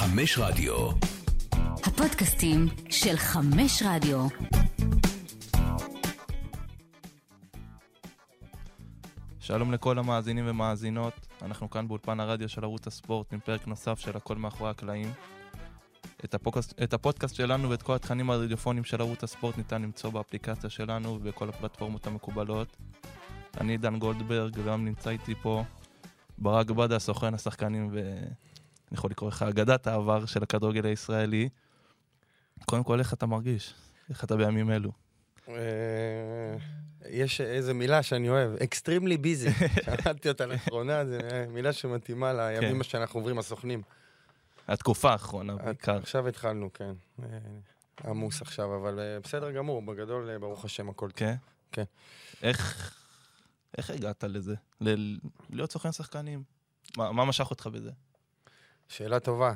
חמש רדיו. הפודקאסטים של חמש רדיו. שלום לכל המאזינים ומאזינות, אנחנו כאן באולפן הרדיו של ערוץ הספורט עם פרק נוסף של הכל מאחורי הקלעים. את הפודקאסט שלנו ואת כל התכנים הרדיופונים של ערוץ הספורט ניתן למצוא באפליקציה שלנו ובכל הפלטפורמות המקובלות. אני דן גולדברג, וגם נמצא איתי פה ברק בדה, סוכן השחקנים ואני יכול לקרוא לך אגדת העבר של הכדורגל הישראלי. קודם כל, איך אתה מרגיש? איך אתה בימים אלו? יש איזו מילה שאני אוהב, extremely busy. שמעתי אותה לאחרונה, זו מילה שמתאימה לימים שאנחנו עוברים הסוכנים. התקופה האחרונה בעיקר. עכשיו התחלנו, כן. עמוס עכשיו, אבל בסדר גמור, בגדול, ברוך השם, הכל טוב. כן? כן. איך הגעת לזה? להיות סוכן שחקנים? מה משך אותך בזה? שאלה טובה.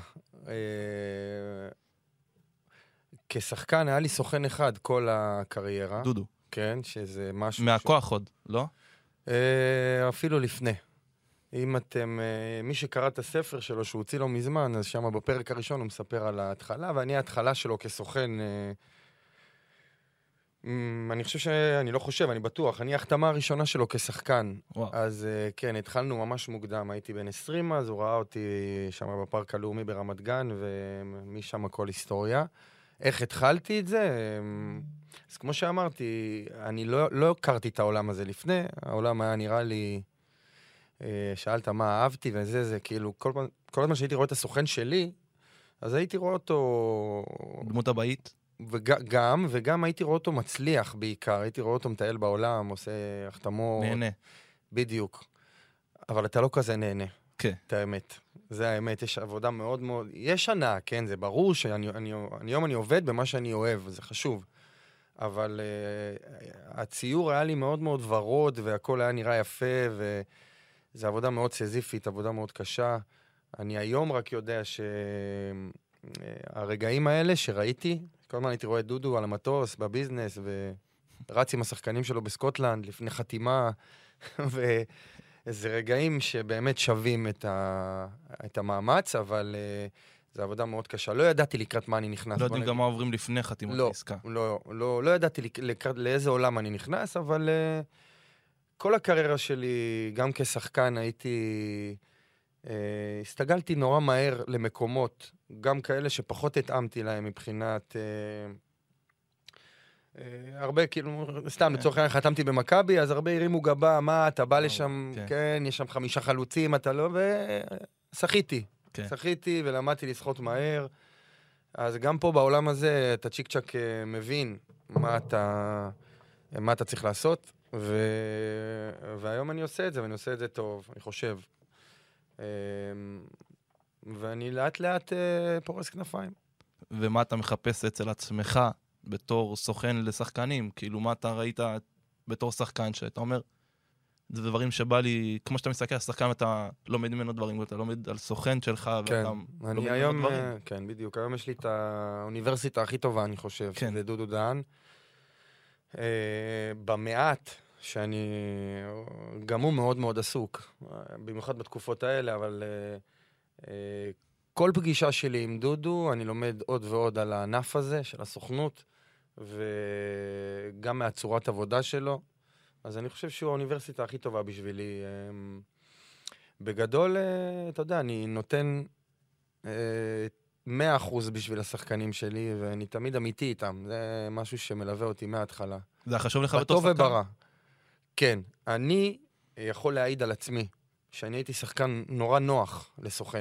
כשחקן היה לי סוכן אחד כל הקריירה. דודו. כן, שזה משהו... מהכוח עוד, לא? אפילו לפני. אם אתם... מי שקרא את הספר שלו שהוא הוציא לו מזמן, אז שם בפרק הראשון הוא מספר על ההתחלה, ואני ההתחלה שלו כסוכן... אני בטוח, אני ההחתמה הראשונה שלו כשחקן. וואו. אז כן, התחלנו ממש מוקדם, הייתי בן 20, אז הוא ראה אותי שם בפארק הלאומי ברמת גן, ומשם הכל היסטוריה. איך התחלתי את זה? אז כמו שאמרתי, אני לא הכרתי את העולם הזה לפני, העולם היה נראה לי, שאלת מה אהבתי וזה, זה כאילו, כל הזמן שהייתי רואה את הסוכן שלי, אז הייתי רואה אותו... דמות הבאית? וגם הייתי רואה אותו מצליח בעיקר, הייתי רואה אותו מטייל בעולם, עושה החתמות. נהנה. בדיוק. אבל אתה לא כזה נהנה. כן. את האמת. זה האמת, יש עבודה מאוד מאוד... יש ענה, כן, זה ברור שהיום אני עובד במה שאני אוהב, זה חשוב. אבל הציור היה לי מאוד מאוד ורוד, והכל היה נראה יפה, וזו עבודה מאוד סזיפית, עבודה מאוד קשה. אני היום רק יודע שהרגעים האלה שראיתי, כל הזמן הייתי רואה דודו על המטוס, בביזנס, ורץ עם השחקנים שלו בסקוטלנד, לפני חתימה, זה רגעים שבאמת שווים את המאמץ, אבל זו עבודה מאוד קשה. לא ידעתי לקראת מה אני נכנס. לא יודעים גם מה עוברים לפני חתימת העסקה. לא ידעתי לאיזה עולם אני נכנס, אבל כל הקריירה שלי, גם כשחקן, הסתגלתי נורא מהר למקומות, גם כאלה שפחות התאמתי להם מבחינת... הרבה, כאילו, סתם, לצורך העניין, חתמתי במכבי, אז הרבה הרימו גבה, מה, אתה בא לשם, כן, יש שם 5 חלוצים, אתה לא, ושחיתי. שחיתי ולמדתי לשחות מהר. אז גם פה בעולם הזה, אתה צ'יק צ'ק מבין מה אתה צריך לעשות, והיום אני עושה את זה, ואני עושה את זה טוב, אני חושב. ואני לאט לאט פורס כנפיים. ומה אתה מחפש אצל עצמך בתור סוכן לשחקנים? כאילו, מה אתה ראית בתור שחקן שאתה אומר, זה דברים שבא לי, כמו שאתה מסתכל על שחקן, אתה לומד ממנו דברים, ואתה לומד על סוכן שלך, ואתה לומד ממנו דברים. כן, בדיוק. היום יש לי את האוניברסיטה הכי טובה, אני חושב, שזה דודו דהן. במעט שאני, גם הוא מאוד מאוד עסוק, במיוחד בתקופות האלה, אבל כל פגישה שלי עם דודו, אני לומד עוד ועוד על הענף הזה, של הסוכנות, וגם מהצורת עבודה שלו. אז אני חושב שהוא האוניברסיטה הכי טובה בשבילי. בגדול, אתה יודע, אני נותן 100% בשביל השחקנים שלי, ואני תמיד אמיתי איתם. זה משהו שמלווה אותי מההתחלה. זה חשוב לך בתור שחקן? בטוב וברע. כן, אני יכול להעיד על עצמי, שאני הייתי שחקן נורא נוח לסוכן.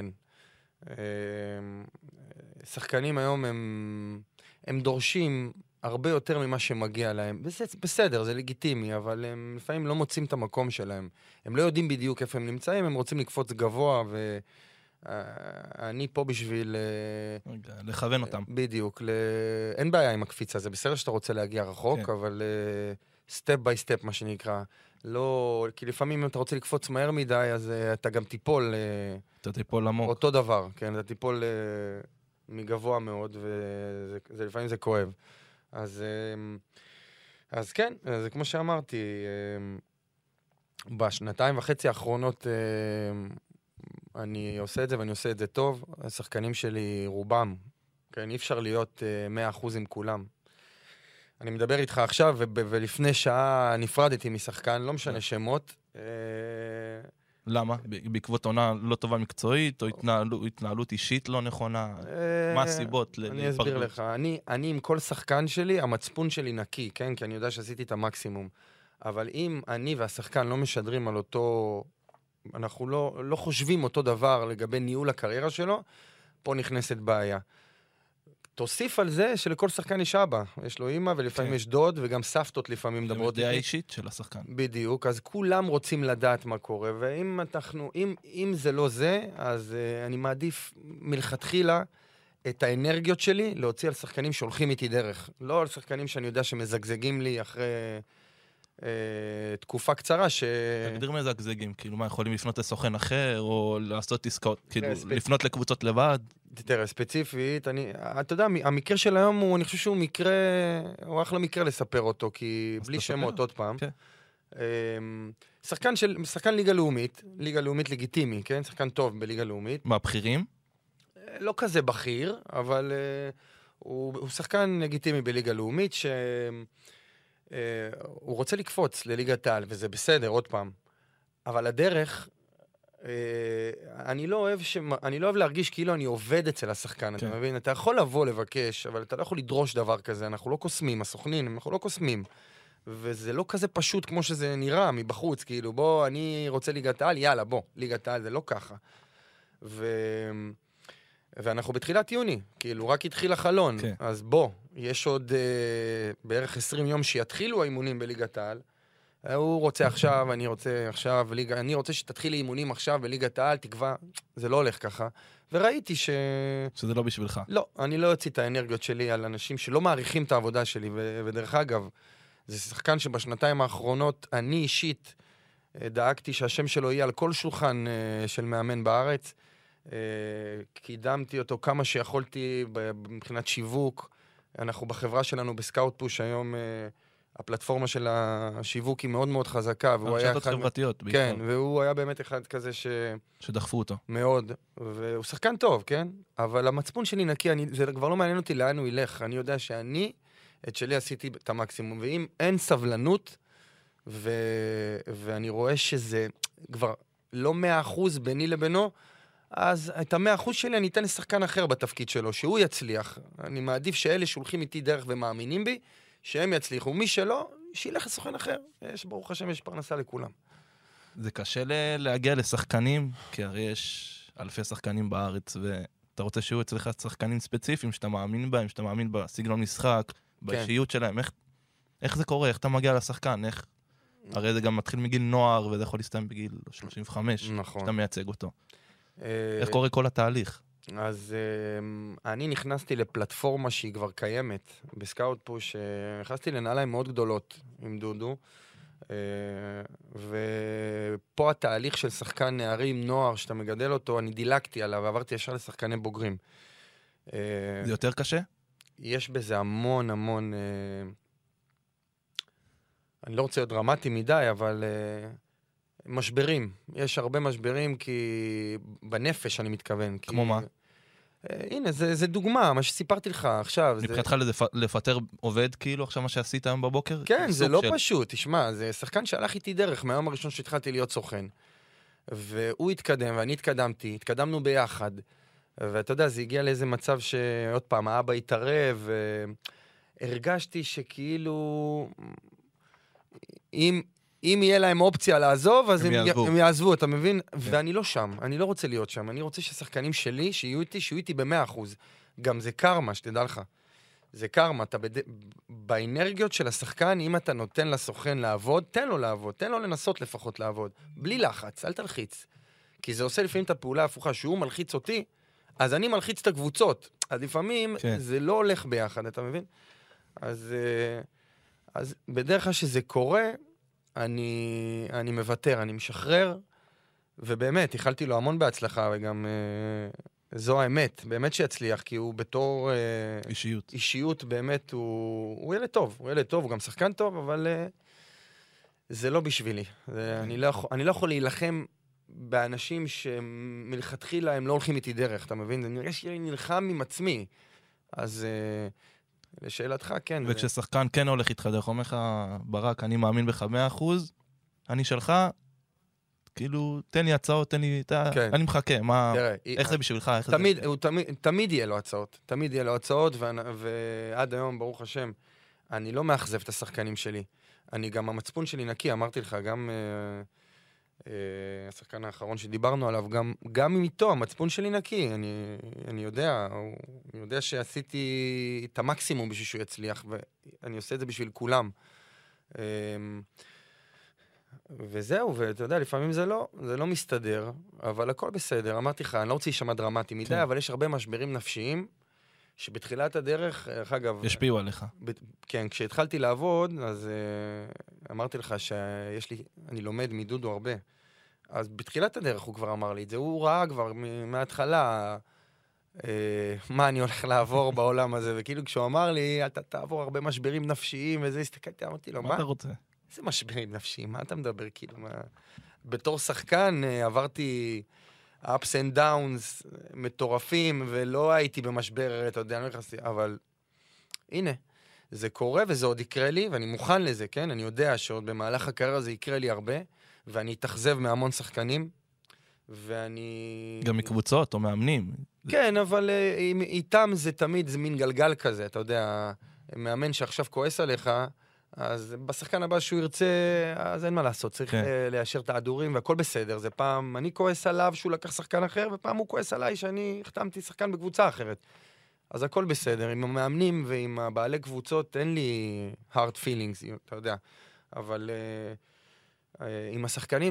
שחקנים היום הם דורשים הרבה יותר ממה שמגיע להם. בסדר, זה לגיטימי, אבל הם לפעמים לא מוצאים את המקום שלהם. הם לא יודעים בדיוק איפה הם נמצאים, הם רוצים לקפוץ גבוה, ואני פה בשביל... לכוון אותם. בדיוק. אין בעיה עם הקפיצה, זה בסדר שאתה רוצה להגיע רחוק, אבל סטפ ביי סטפ, מה שנקרא. לא... כי לפעמים אם אתה רוצה לקפוץ מהר מדי, אז אתה גם תיפול... אתה תיפול עמוק. אותו דבר, כן, אתה תיפול מגבוה מאוד, ולפעמים זה כואב. אז כן, זה כמו שאמרתי, בשנתיים וחצי האחרונות אני עושה את זה ואני עושה את זה טוב. השחקנים שלי, רובם, כן, אי אפשר להיות 100% עם כולם. אני מדבר איתך עכשיו, ולפני שעה נפרדתי משחקן, לא משנה שמות. למה? בעקבות עונה לא טובה מקצועית, או התנהלות אישית לא נכונה? מה הסיבות? אני אסביר לך. אני עם כל שחקן שלי, המצפון שלי נקי, כן? כי אני יודע שעשיתי את המקסימום. אבל אם אני והשחקן לא משדרים על אותו... אנחנו לא חושבים אותו דבר לגבי ניהול הקריירה שלו, פה נכנסת בעיה. תוסיף על זה שלכל שחקן יש אבא. יש לו אמא ולפעמים יש דוד, וגם סבתות לפעמים מדברות. זה דעה אישית של השחקן. בדיוק, אז כולם רוצים לדעת מה קורה, ואם אם זה לא זה, אז אני מעדיף מלכתחילה את האנרגיות שלי להוציא על שחקנים שהולכים איתי דרך. לא על שחקנים שאני יודע שמזגזגים לי אחרי תקופה קצרה תגדיר מזגזגים, כאילו מה, יכולים לפנות לסוכן אחר, או לעשות עסקאות, כאילו לפנות לקבוצות לבד? תראה, ספציפית, אתה יודע, המקרה של היום אני חושב שהוא מקרה, הוא אחלה מקרה לספר אותו, כי בלי שמות עוד פעם. שחקן ליגה לאומית לגיטימי, כן? שחקן טוב בליגה לאומית. מה, בכירים? לא כזה בכיר, אבל הוא שחקן לגיטימי בליגה לאומית, הוא רוצה לקפוץ לליגת העל, וזה בסדר, עוד פעם. אבל הדרך, אני לא אוהב להרגיש כאילו אני עובד אצל השחקן, אתה מבין? אתה יכול לבוא לבקש, אבל אתה לא יכול לדרוש דבר כזה, אנחנו לא קוסמים, הסוכנים, אנחנו לא קוסמים. וזה לא כזה פשוט כמו שזה נראה מבחוץ, כאילו, בוא, אני רוצה ליגת העל, יאללה, בוא, ליגת העל, זה לא ככה. ואנחנו בתחילת יוני, כאילו, רק התחיל החלון, אז בוא, יש עוד בערך 20 יום שיתחילו האימונים בליגת העל, הוא רוצה עכשיו, אני רוצה עכשיו, אני רוצה שתתחיל אימונים עכשיו בליגת העל, תקווה, זה לא הולך ככה. וראיתי שזה לא בשבילך. לא, אני לא יוציא את האנרגיות שלי על אנשים שלא מעריכים את העבודה שלי, ודרך אגב, זה שחקן שבשנתיים האחרונות, אני אישית דאגתי שהשם שלו יהיה על כל שולחן של מאמן בארץ, קידמתי אותו כמה שיכולתי מבחינת שיווק, אנחנו בחברה שלנו בסקאוט פוש היום, הפלטפורמה של השיווק היא מאוד מאוד חזקה, והוא היה אחד... חברתיות, כן, והוא היה באמת אחד כזה שדחפו אותו. מאוד, והוא שחקן טוב, כן? אבל המצפון שלי נקי, זה כבר לא מעניין אותי לאן הוא ילך, אני יודע שאני, את שלי עשיתי את המקסימום, ואם אין סבלנות, ואני רואה שזה כבר לא 100% ביני לבינו, אז את ה100% שלי אני אתן לשחקן אחר בתפקיד שלו, שהוא יצליח. אני מעדיף שאלה שהולכים איתי דרך ומאמינים בי, שהם יצליחו. מי שלא, שילך לסוכן אחר. ברוך השם, יש פרנסה לכולם. זה קשה להגיע לשחקנים, כי הרי יש אלפי שחקנים בארץ, ואתה רוצה שיהיו אצלך שחקנים ספציפיים, שאתה מאמין בהם, שאתה מאמין בסגנון משחק, באישיות שלהם. איך זה קורה? איך אתה מגיע לשחקן? הרי זה גם מתחיל מגיל נוער, וזה יכול להסתיים בגיל 35, נכון. שאתה מייצג אותו. איך קורה כל התהליך? אז אני נכנסתי לפלטפורמה שהיא כבר קיימת, בסקאוט פוש, נכנסתי לנעליים מאוד גדולות עם דודו, ופה התהליך של שחקן נערים, נוער, שאתה מגדל אותו, אני דילקתי עליו, ועברתי ישר לשחקני בוגרים. זה יותר קשה? יש בזה המון, אני לא רוצה להיות דרמטי מדי, אבל... משברים, יש הרבה משברים, כי בנפש אני מתכוון. כמו מה? הנה, זה דוגמה, מה שסיפרתי לך עכשיו. מבחינתך לפטר עובד כאילו עכשיו מה שעשית היום בבוקר? כן, זה לא פשוט, תשמע, זה שחקן שהלך איתי דרך מהיום הראשון שהתחלתי להיות סוכן. והוא התקדם ואני התקדמנו ביחד. ואתה יודע, זה הגיע לאיזה מצב שעוד פעם, האבא התערב, והרגשתי שכאילו... אם יהיה להם אופציה לעזוב, אז הם יעזבו, אתה מבין? ואני לא שם, אני לא רוצה להיות שם. אני רוצה ששחקנים שלי, שיהיו איתי ב100%. גם זה קרמה, שתדע לך. זה קרמה. באנרגיות של השחקן, אם אתה נותן לסוכן לעבוד, תן לו לעבוד, תן לו לנסות לפחות לעבוד. בלי לחץ, אל תלחיץ. כי זה עושה לפעמים את הפעולה ההפוכה, שהוא מלחיץ אותי, אז אני מלחיץ את הקבוצות. אז לפעמים זה לא הולך ביחד, אתה מבין? אז בדרך כלל שזה קורה, אני מוותר, אני משחרר, ובאמת, איחלתי לו המון בהצלחה, וגם זו האמת, באמת שיצליח, כי הוא בתור... אישיות, באמת, הוא ילד טוב, הוא גם שחקן טוב, אבל זה לא בשבילי. אני לא יכול להילחם באנשים שמלכתחילה הם לא הולכים איתי דרך, אתה מבין? זה נראה שאני נלחם עם עצמי. אז לשאלתך, כן. וכששחקן כן הולך איתך דרך, אומר לך, ברק, אני מאמין בך 100%, אני שלך, כאילו, תן לי הצעות, כן. אני מחכה, מה, תראה, איך זה בשבילך? תמיד יהיה לו הצעות. תמיד יהיה לו הצעות, ועד היום, ברוך השם, אני לא מאכזב את השחקנים שלי. אני גם, המצפון שלי נקי, אמרתי לך, גם השחקן האחרון שדיברנו עליו, גם איתו, המצפון שלי נקי. אני יודע שעשיתי את המקסימום בשביל שהוא יצליח, ואני עושה את זה בשביל כולם. וזהו, ואתה יודע, לפעמים זה לא מסתדר, אבל הכל בסדר. אמרתי לך, אני לא רוצה להישמע דרמטי מדי, כן. אבל יש הרבה משברים נפשיים, שבתחילת הדרך, אגב... השפיעו עליך. כן, כשהתחלתי לעבוד, אז אמרתי לך אני לומד מדודו הרבה. אז בתחילת הדרך הוא כבר אמר לי את זה, הוא ראה כבר מההתחלה מה אני הולך לעבור בעולם הזה, וכאילו כשהוא אמר לי, אתה תעבור הרבה משברים נפשיים, וזה הסתכלתי, אמרתי לו, מה אתה רוצה? איזה משברים נפשיים? מה אתה מדבר? כאילו, בתור שחקן עברתי ups and downs מטורפים, ולא הייתי במשבר, אתה יודע, אני לא נכנסתי, אבל הנה, זה קורה וזה עוד יקרה לי, ואני מוכן לזה, כן? אני יודע שעוד במהלך הקריירה זה יקרה לי הרבה, ואני אתאכזב מהמון שחקנים, ואני... גם מקבוצות או מאמנים. כן, אבל איתם זה תמיד, זה מין גלגל כזה, אתה יודע, מאמן שעכשיו כועס עליך, אז בשחקן הבא שהוא ירצה, אז אין מה לעשות, צריך ליישר את העדורים, והכל בסדר. זה פעם אני כועס עליו שהוא לקח שחקן אחר, ופעם הוא כועס עליי שאני החתמתי שחקן בקבוצה אחרת. אז הכל בסדר. עם המאמנים ועם הבעלי קבוצות, אין לי hard feelings, אתה יודע. אבל עם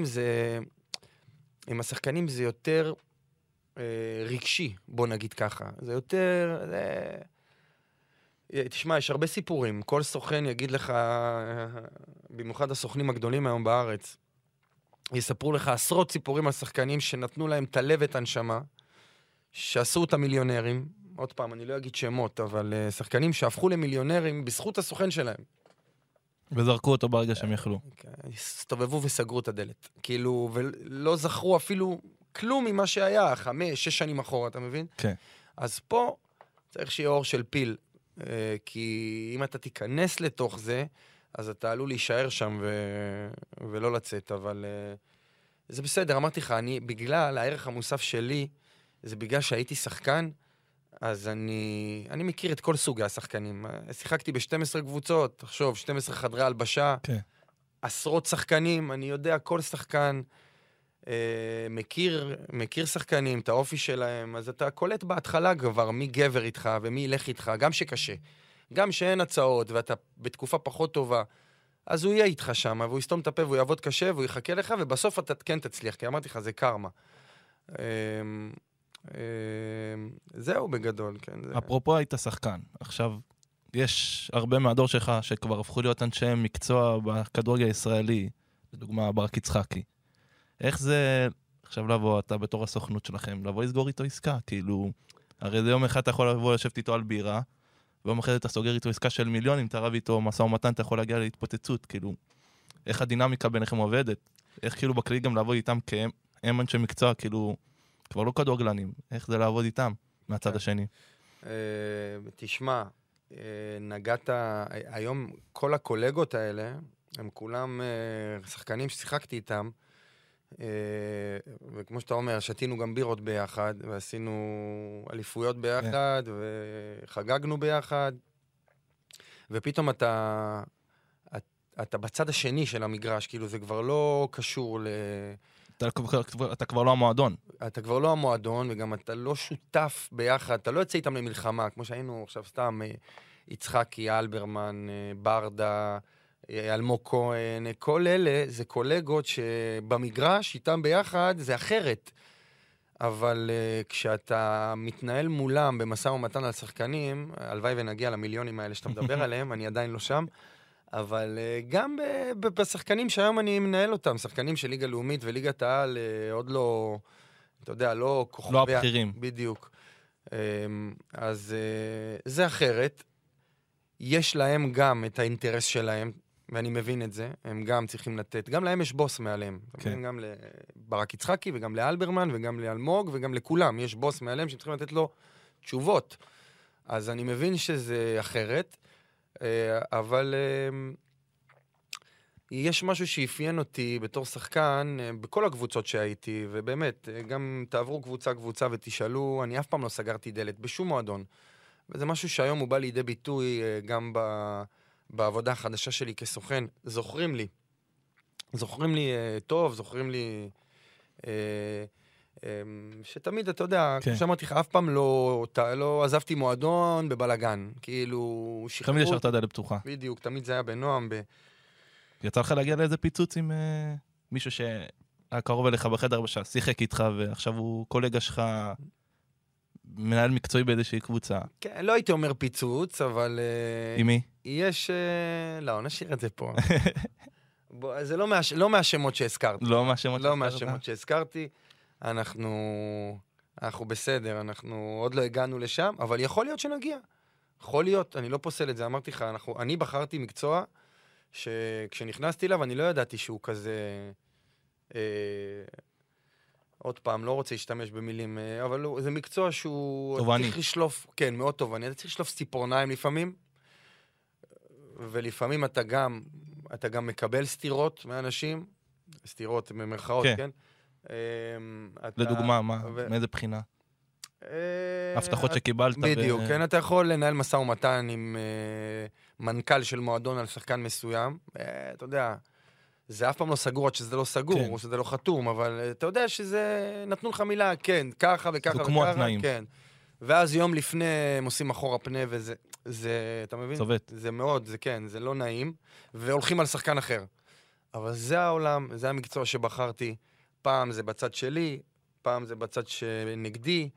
השחקנים זה יותר רגשי, בוא נגיד ככה. זה יותר... תשמע, יש הרבה סיפורים. כל סוכן יגיד לך, במיוחד הסוכנים הגדולים היום בארץ, יספרו לך עשרות סיפורים על שחקנים שנתנו להם את הלב ואת הנשמה, שעשו אותם מיליונרים. עוד פעם, אני לא אגיד שמות, אבל שחקנים שהפכו למיליונרים בזכות הסוכן שלהם. וזרקו אותו ברגע שהם יכלו. הסתובבו וסגרו את הדלת. כאילו, ולא זכרו אפילו כלום ממה שהיה, 5-6 שנים אחורה, אתה מבין? כן. אז פה צריך שיהיה אור של פיל. כי אם אתה תיכנס לתוך זה, אז אתה עלול להישאר שם ולא לצאת, אבל זה בסדר, אמרתי לך, בגלל הערך המוסף שלי, זה בגלל שהייתי שחקן, אז אני מכיר את כל סוגי השחקנים. שיחקתי ב-12 קבוצות, תחשוב, 12 חדרי הלבשה, עשרות שחקנים, אני יודע, כל שחקן מכיר שחקנים, את האופי שלהם, אז אתה קולט בהתחלה כבר מי גבר איתך ומי ילך איתך, גם שקשה. גם שאין הצעות ואתה בתקופה פחות טובה, אז הוא יהיה איתך שם, והוא יסתום את הפה והוא יעבוד קשה והוא יחכה לך, ובסוף אתה כן תצליח, כי אמרתי לך, זה קרמה. זהו בגדול, כן. אפרופו היית שחקן, עכשיו יש הרבה מהדור שלך שכבר הפכו להיות אנשי מקצוע בכדורגל הישראלי, לדוגמה ברק יצחקי. איך זה, עכשיו לבוא, אתה בתור הסוכנות שלכם, לבוא לסגור איתו עסקה, כאילו, הרי זה יום אחד אתה יכול לבוא לשבת איתו על בירה, ויום אחרי אתה סוגר איתו עסקה של מיליונים, אתה רב איתו מסע ומתן, אתה יכול להגיע להתפוצצות, כאילו, איך הדינמיקה ביניכם עובדת, איך כאילו בכלי גם לעבוד איתם כהם אנשי מקצוע, כאילו, כבר לא כדורגלנים, איך זה לעבוד איתם מהצד השני? תשמע, נגעת, היום כל הקולגות האלה, הם כולם שחקנים ששיחקתי איתם, וכמו שאתה אומר, שתינו גם בירות ביחד, ועשינו אליפויות ביחד, וחגגנו ביחד, ופתאום אתה בצד השני של המגרש, כאילו זה כבר לא קשור אתה כבר לא המועדון. אתה כבר לא המועדון, וגם אתה לא שותף ביחד, אתה לא יוצא איתם למלחמה, כמו שהיינו עכשיו סתם, יצחקי, אלברמן, ברדה, אלמוג כהן, כל אלה זה קולגות שבמגרש איתם ביחד זה אחרת. אבל כשאתה מתנהל מולם במשא ומתן על שחקנים, הלוואי ונגיע למיליונים האלה שאתה מדבר עליהם, אני עדיין לא שם, אבל גם בשחקנים שהיום אני מנהל אותם, שחקנים של ליגה לאומית וליגת העל, עוד לא, אתה יודע, לא כוכבי... לא הבחירים. בדיוק. אז זה אחרת. יש להם גם את האינטרס שלהם, ואני מבין את זה, הם גם צריכים לתת, גם להם יש בוס מעליהם. כן. גם לברק יצחקי, וגם לאלברמן, וגם לאלמוג, וגם לכולם. יש בוס מעליהם שצריכים לתת לו תשובות. אז אני מבין שזה אחרת, אבל יש משהו שאפיין אותי בתור שחקן, בכל הקבוצות שהייתי, ובאמת, גם תעברו קבוצה ותשאלו, אני אף פעם לא סגרתי דלת בשום מועדון. וזה משהו שהיום הוא בא לידי ביטוי גם בעבודה החדשה שלי כסוכן. זוכרים לי טוב, זוכרים לי שתמיד, אתה יודע, כמו שאמרתי לך, אף פעם לא עזבתי מועדון בבלגן. כאילו, שחררות. תמיד ישרת דלת פתוחה. בדיוק, תמיד זה היה בנועם. יצא לך להגיע לאיזה פיצוץ עם מישהו שהיה קרוב אליך בחדר בשעה, שיחק איתך, ועכשיו הוא קולגה שלך, מנהל מקצועי באיזושהי קבוצה. כן, לא הייתי אומר פיצוץ, אבל... עם מי? יש... לא, נשאיר את זה פה. זה לא מהשמות שהזכרתי. לא מהשמות שהזכרתי. אנחנו בסדר, אנחנו עוד לא הגענו לשם, אבל יכול להיות שנגיע. יכול להיות, אני לא פוסל את זה, אמרתי לך, אני בחרתי מקצוע שכשנכנסתי אליו, אני לא ידעתי שהוא כזה... עוד פעם, לא רוצה להשתמש במילים, אבל זה מקצוע שהוא... תובעני. צריך לשלוף, כן, מאוד תובעני. אתה צריך לשלוף ציפורניים לפעמים, ולפעמים אתה גם מקבל סתירות מאנשים, סתירות במרכאות, כן? לדוגמה, מאיזה בחינה? הבטחות שקיבלת. בדיוק, כן, אתה יכול לנהל משא ומתן עם מנכ"ל של מועדון על שחקן מסוים, אתה יודע... זה אף פעם לא סגור עד שזה לא סגור, כן. או שזה לא חתום, אבל אתה יודע שזה... נתנו לך מילה, כן, ככה וככה וככה. זה כמו התנאים. כן. ואז יום לפני הם עושים אחורה פנה, וזה, אתה מבין? צובט. זה מאוד, זה כן, זה לא נעים, והולכים על שחקן אחר. אבל זה העולם, זה המקצוע שבחרתי. פעם זה בצד שלי, פעם זה בצד שנגדי,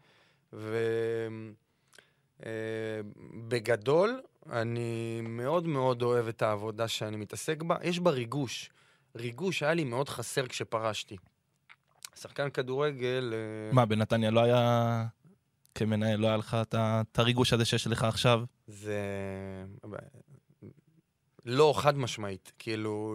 בגדול, אני מאוד מאוד אוהב את העבודה שאני מתעסק בה. יש בה ריגוש. ריגוש היה לי מאוד חסר כשפרשתי. שחקן כדורגל... מה, בנתניה לא היה... כמנהל, לא היה לך את הריגוש הזה שיש לך עכשיו? זה... לא חד משמעית. כאילו...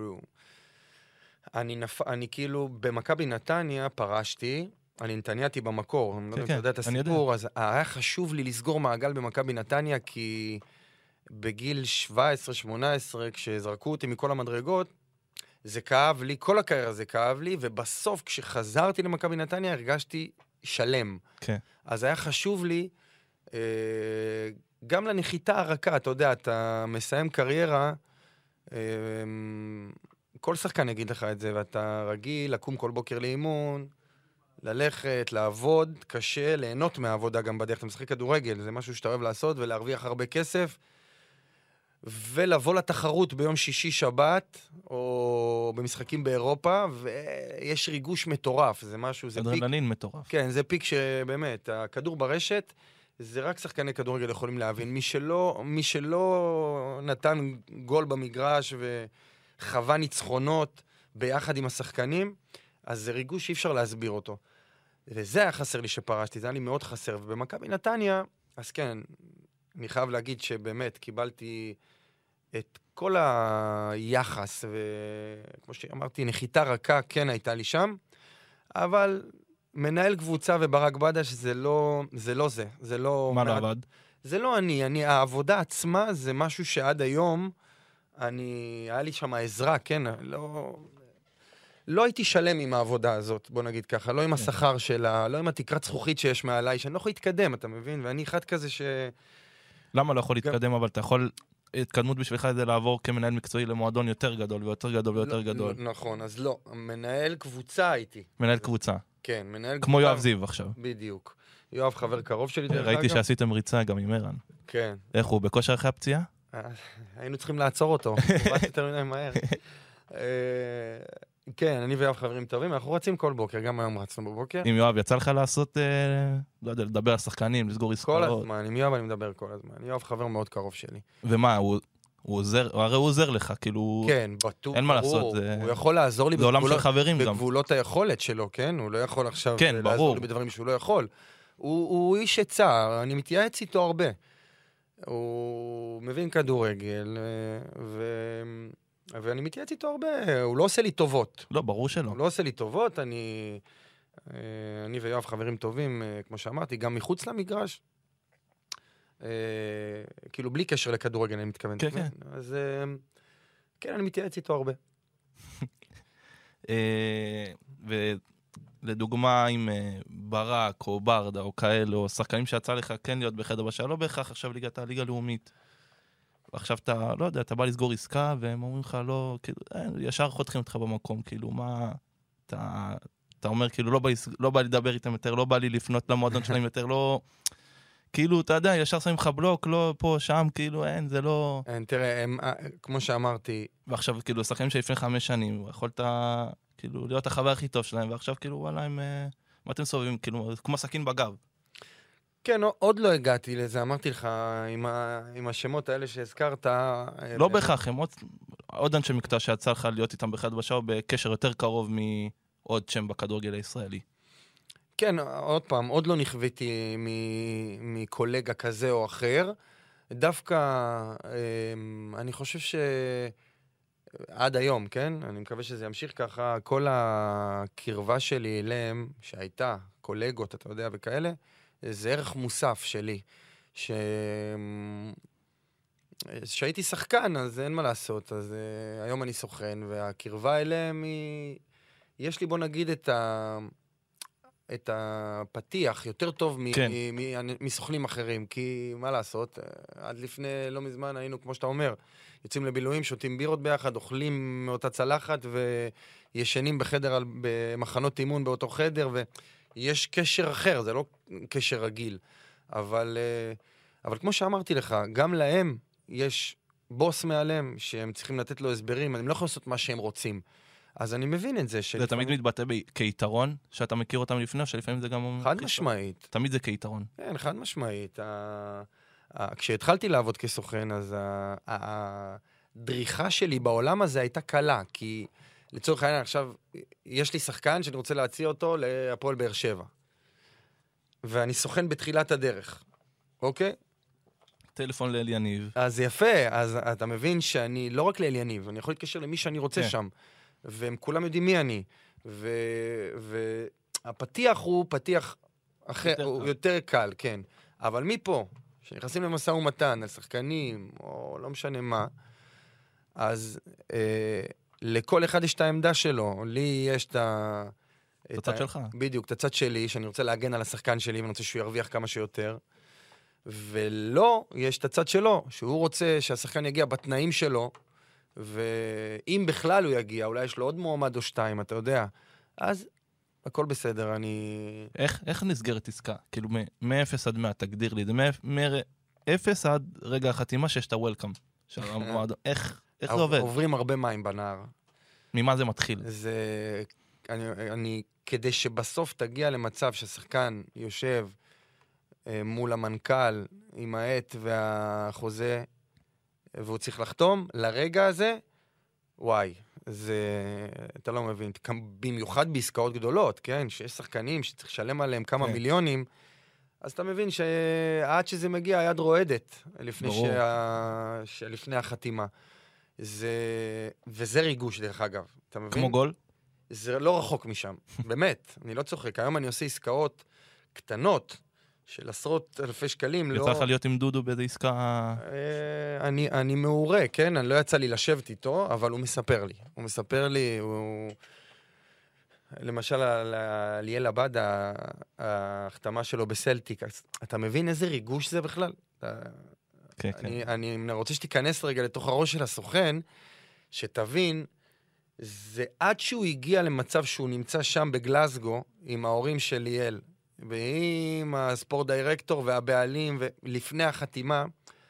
אני כאילו במכבי נתניה פרשתי, אני נתניאתי במקור. אני לא יודע אם אתה יודע את הסיפור, אז היה חשוב לי לסגור מעגל במכבי נתניה, כי בגיל 17-18, כשזרקו אותי מכל המדרגות, זה כאב לי, כל הקריירה זה כאב לי, ובסוף כשחזרתי למכבי נתניה הרגשתי שלם. כן. אז היה חשוב לי, גם לנחיתה הרכה, אתה יודע, אתה מסיים קריירה, כל שחקן יגיד לך את זה, ואתה רגיל לקום כל בוקר לאימון, ללכת, לעבוד, קשה, ליהנות מהעבודה גם בדרך. אתה משחק כדורגל, זה משהו שאתה אוהב לעשות, ולהרוויח הרבה כסף, ולבוא לתחרות ביום שישי שבת, או במשחקים באירופה, ויש ריגוש מטורף, זה משהו, זה פיק... אדרנלין מטורף. כן, זה פיק שבאמת, הכדור ברשת, זה רק שחקני כדורגל יכולים להבין. מי שלא נתן גול במגרש, וחווה ניצחונות ביחד עם השחקנים, אז זה ריגוש שאי אפשר להסביר אותו. וזה היה חסר לי שפרשתי, זה היה לי מאוד חסר. ובמכבי נתניה, אז כן, אני חייב להגיד שבאמת קיבלתי את כל היחס, וכמו שאמרתי, נחיתה רכה כן הייתה לי שם, אבל מנהל קבוצה וברק בדש זה לא זה לא... מה לא עבד? זה לא העבודה עצמה זה משהו שעד היום, היה לי שם עזרה, כן, לא הייתי שלם עם העבודה הזאת, בוא נגיד ככה, לא עם השכר שלה, לא עם התקרת זכוכית שיש מעליי, שאני לא יכול להתקדם, אתה מבין? ואני אחד כזה למה לא יכול להתקדם, אבל אתה יכול... התקדמות בשבילך זה לעבור כמנהל מקצועי למועדון יותר גדול ויותר גדול ויותר גדול. נכון, אז לא. מנהל קבוצה הייתי. מנהל קבוצה. כן, מנהל קבוצה. כמו יואב זיו עכשיו. בדיוק. יואב חבר קרוב שלי דרך אגב. ראיתי שעשיתם ריצה גם עם ערן. כן. איך הוא? בכושר אחרי הפציעה? היינו צריכים לעצור אותו. הוא רץ יותר מדי מהר. כן, אני ויואב חברים טובים, אנחנו רצים כל בוקר, גם היום רצנו בבוקר. עם יואב יצא לך לעשות, לא יודע, לדבר על שחקנים, לסגור עסקאות? כל הזמן, עם יואב אני מדבר כל הזמן. יואב חבר מאוד קרוב שלי. ומה, הוא עוזר, הרי הוא עוזר לך, כאילו... כן, בטוח. אין מה לעשות. הוא יכול לעזור לי זה עולם של חברים גם. בגבולות היכולת שלו, כן? הוא לא יכול עכשיו כן, לעזור לי בדברים שהוא לא יכול. הוא איש עצה, אני מתייעץ איתו הרבה. הוא מבין כדורגל, ואני מתייעץ איתו הרבה, הוא לא עושה לי טובות. לא, ברור שלא. הוא לא עושה לי טובות, אני ויואב חברים טובים, כמו שאמרתי, גם מחוץ למגרש. כאילו בלי קשר לכדורגל, אני מתכוון. כן, כן. אז כן, אני מתייעץ איתו הרבה. ולדוגמה עם ברק או ברדה או כאלה, או שחקנים שיצא לך כן להיות בחדר בשעה, לא בהכרח עכשיו ליגת הליגה הלאומית. ועכשיו אתה, לא יודע, אתה בא לסגור עסקה, והם אומרים לך לא, כאילו, ישר חותכים אותך במקום, כאילו, מה, אתה אומר, כאילו, לא בא לדבר איתם יותר, לא בא לי לפנות למועדון שלהם יותר, לא, כאילו, אתה יודע, ישר שמים לך בלוק, לא פה, שם, כאילו, אין, זה לא... אין, תראה, הם, כמו שאמרתי... ועכשיו, כאילו, שחקנים שלפני 5 שנים, יכולת, כאילו, להיות החבר הכי טוב שלהם, ועכשיו, כאילו, וואלה, הם... מה אתם סובבים? כאילו, כמו סכין בגב. כן, עוד לא הגעתי לזה, אמרתי לך, עם השמות האלה שהזכרת... לא בהכרח, הם עוד אנשי מקצוע שיצא לך להיות איתם באחד בשעה, בקשר יותר קרוב מעוד שם בכדורגל הישראלי. כן, עוד פעם, עוד לא נכוויתי מקולגה כזה או אחר. דווקא, אני חושב שעד היום, כן? אני מקווה שזה ימשיך ככה, כל הקרבה שלי אליהם, שהייתה, קולגות, אתה יודע, וכאלה, זה ערך מוסף שלי. שהייתי שחקן, אז אין מה לעשות. אז היום אני סוכן, והקרבה אליהם היא... יש לי, בוא נגיד, את הפתיח יותר טוב מסוכנים אחרים, כי מה לעשות, עד לפני לא מזמן היינו, כמו שאתה אומר, יוצאים לבילויים, שותים בירות ביחד, אוכלים מאותה צלחת וישנים בחדר, במחנות אימון באותו חדר, ויש קשר אחר, זה לא קשר רגיל. אבל כמו שאמרתי לך, גם להם יש בוס מעליהם שהם צריכים לתת לו הסברים, הם לא יכולים לעשות מה שהם רוצים. אז אני מבין את זה. זה תמיד מתבטא כיתרון, שאתה מכיר אותם לפני, או שלפעמים זה גם... חד משמעית. תמיד זה כיתרון. כן, חד משמעית. כשהתחלתי לעבוד כסוכן, אז הדריכה שלי בעולם הזה הייתה קלה, כי לצורך העניין, עכשיו, יש לי שחקן שאני רוצה להציע אותו להפועל באר שבע. ואני סוכן בתחילת הדרך, אוקיי? טלפון לאל יניב. אז יפה, אז אתה מבין שאני לא רק לאל יניב, אני יכול להתקשר למי שאני רוצה שם. והם כולם יודעים מי אני. והפתיח הוא פתיח אחר, הוא יותר קל, כן. אבל מפה, שנכנסים למשא ומתן, על שחקנים, או לא משנה מה, אז לכל אחד יש את העמדה שלו. לי יש את הצד שלך. בדיוק, את הצד שלי, שאני רוצה להגן על השחקן שלי, ואני רוצה שהוא ירוויח כמה שיותר. ולא, יש את הצד שלו, שהוא רוצה שהשחקן יגיע בתנאים שלו, ואם בכלל הוא יגיע, אולי יש לו עוד מועמד או 2, אתה יודע. אז הכל בסדר, אני... איך נסגרת עסקה? כאילו, מ-0 עד 100, תגדיר לי. זה מ-0 עד רגע החתימה שיש את ה-Welcome. איך זה עובד? עוברים הרבה מים בנהר. ממה זה מתחיל? כדי שבסוף תגיע למצב שהשחקן יושב מול המנכ"ל עם העט והחוזה, והוא צריך לחתום, לרגע הזה, וואי, אתה לא מבין, במיוחד בעסקאות גדולות, כן? שיש שחקנים שצריך לשלם עליהם כמה מיליונים, אז אתה מבין שעד שזה מגיע, היד רועדת, לפני החתימה. וזה ריגוש, דרך אגב, אתה מבין? כמו גול? זה לא רחוק משם, באמת, אני לא צוחק. היום אני עושה עסקאות קטנות, של עשרות אלפי שקלים, לא... יצא לך להיות עם דודו באיזה עסקה... אני מעורה, כן? אני לא יצא לי לשבת איתו, אבל הוא מספר לי, למשל, על ליאל עבד, ההחתמה שלו בסלטיק, אתה מבין איזה ריגוש זה בכלל? כן. אני רוצה שתיכנס רגע לתוך הראש של הסוכן, שתבין, זה עד שהוא הגיע למצב שהוא נמצא שם בגלסגו, עם ההורים של ליאל, ועם הספורט דירקטור והבעלים, ולפני החתימה,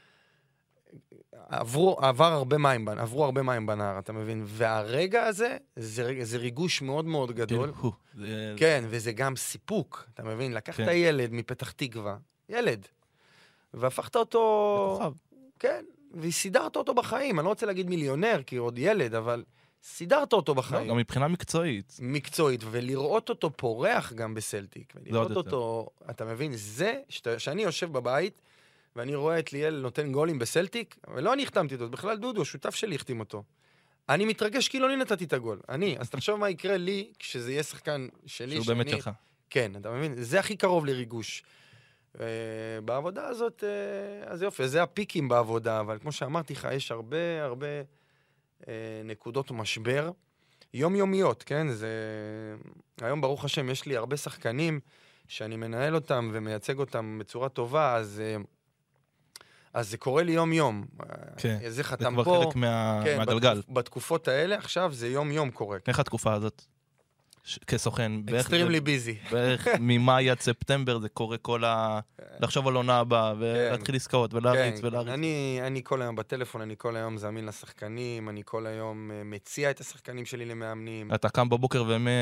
עברו הרבה מים בנהר, אתה מבין? והרגע הזה, זה ריגוש מאוד מאוד גדול. כן, וזה גם סיפוק, אתה מבין? לקחת ילד מפתח תקווה, ילד, והפכת אותו... בכוכב. כן, וסידרת אותו בחיים. אני לא רוצה להגיד מיליונר, כי עוד ילד, אבל... סידרת אותו בחיים. גם מבחינה מקצועית. מקצועית, ולראות אותו פורח גם בסלטיק. ולראות אותו, אתה מבין, זה שאני יושב בבית, ואני רואה את ליאל נותן גולים בסלטיק, ולא אני החתמתי אותו, בכלל דודו, שותף שלי החתים אותו. אני מתרגש כאילו אני נתתי את הגול. אז תחשוב מה יקרה לי כשזה יהיה שחקן שלי. שהוא באמת שלך. כן, אתה מבין? זה הכי קרוב לריגוש. בעבודה הזאת, אז יופי, זה הפיקים בעבודה, אבל כמו שאמרתי לך, יש הרבה נקודות משבר, יומיומיות, כן? היום ברוך השם יש לי הרבה שחקנים שאני מנהל אותם ומייצג אותם בצורה טובה, אז זה קורה לי יום-יום. כן, זה חתם זה כבר פה. חלק מהגלגל. בתקופות האלה, עכשיו זה יום-יום קורה. איך התקופה הזאת? כסוכן. אקסטרימלי ביזי. בערך ממאי עד ספטמבר זה קורה לחשוב על עונה הבאה, ולהתחיל עסקאות, ולהריץ. אני כל היום בטלפון, אני כל היום זמין לשחקנים, אני כל היום מציע את השחקנים שלי למאמנים. אתה קם בבוקר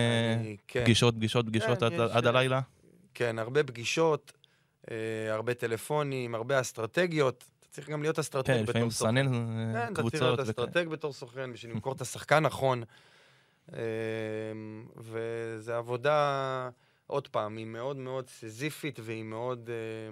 פגישות עד הלילה? כן, הרבה פגישות, הרבה טלפונים, הרבה אסטרטגיות. אתה צריך גם להיות אסטרטג בתור סוכן. כן, לפעמים סנן קבוצות. אתה צריך להיות אסטרטג בתור סוכן, בשביל למכור את השחקן נכון. וזה עבודה, עוד פעם, היא מאוד מאוד סיזיפית, והיא מאוד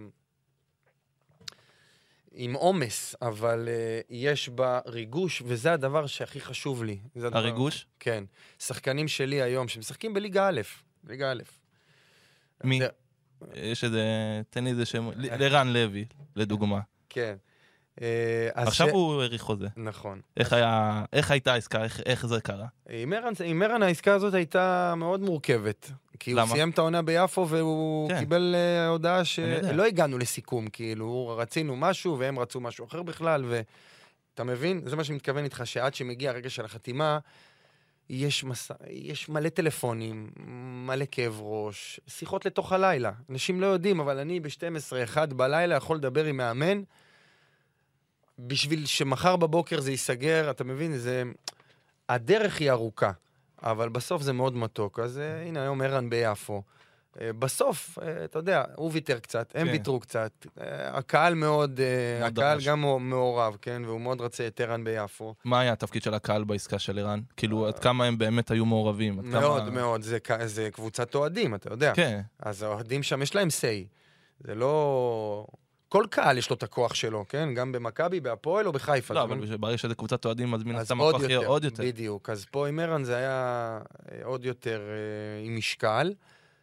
עם עומס, אבל יש בה ריגוש, וזה הדבר שהכי חשוב לי. הריגוש? כן. שחקנים שלי היום, שמשחקים בליגה א', ליגה א'. מי? יש איזה, תן לי איזה שם, לרן לוי, לדוגמה. כן. עכשיו הוא העריך חוזה. נכון. איך הייתה העסקה? איך זה קרה? עם ערן העסקה הזאת הייתה מאוד מורכבת. כי הוא סיים את העונה ביפו והוא קיבל הודעה שלא הגענו לסיכום, כאילו רצינו משהו והם רצו משהו אחר בכלל, ואתה מבין? זה מה שמתכוון איתך, שעד שמגיע הרגע של החתימה, יש מלא טלפונים, מלא כאב ראש, שיחות לתוך הלילה. אנשים לא יודעים, אבל אני ב-12:00, 1:00 בלילה יכול לדבר עם מאמן, בשביל שמחר בבוקר זה ייסגר, אתה מבין? הדרך היא ארוכה, אבל בסוף זה מאוד מתוק. אז הנה, היום ערן ביפו. בסוף, אתה יודע, הוא ויתר קצת, הם ויתרו קצת. הקהל הקהל גם מעורב, כן? והוא מאוד רצה את ערן ביפו. מה היה התפקיד של הקהל בעסקה של ערן? כאילו, עד כמה הם באמת היו מעורבים? מאוד מאוד, זה קבוצת אוהדים, אתה יודע. כן. אז האוהדים שם יש להם סי. זה לא... כל קהל יש לו את הכוח שלו, כן? גם במכבי, בהפועל או בחיפה. לא, אבל ברגע שזה קבוצת אוהדים, אז מן הסתם הכוח יהיה עוד יותר. בדיוק. אז פה עם ערן זה היה עוד יותר עם משקל,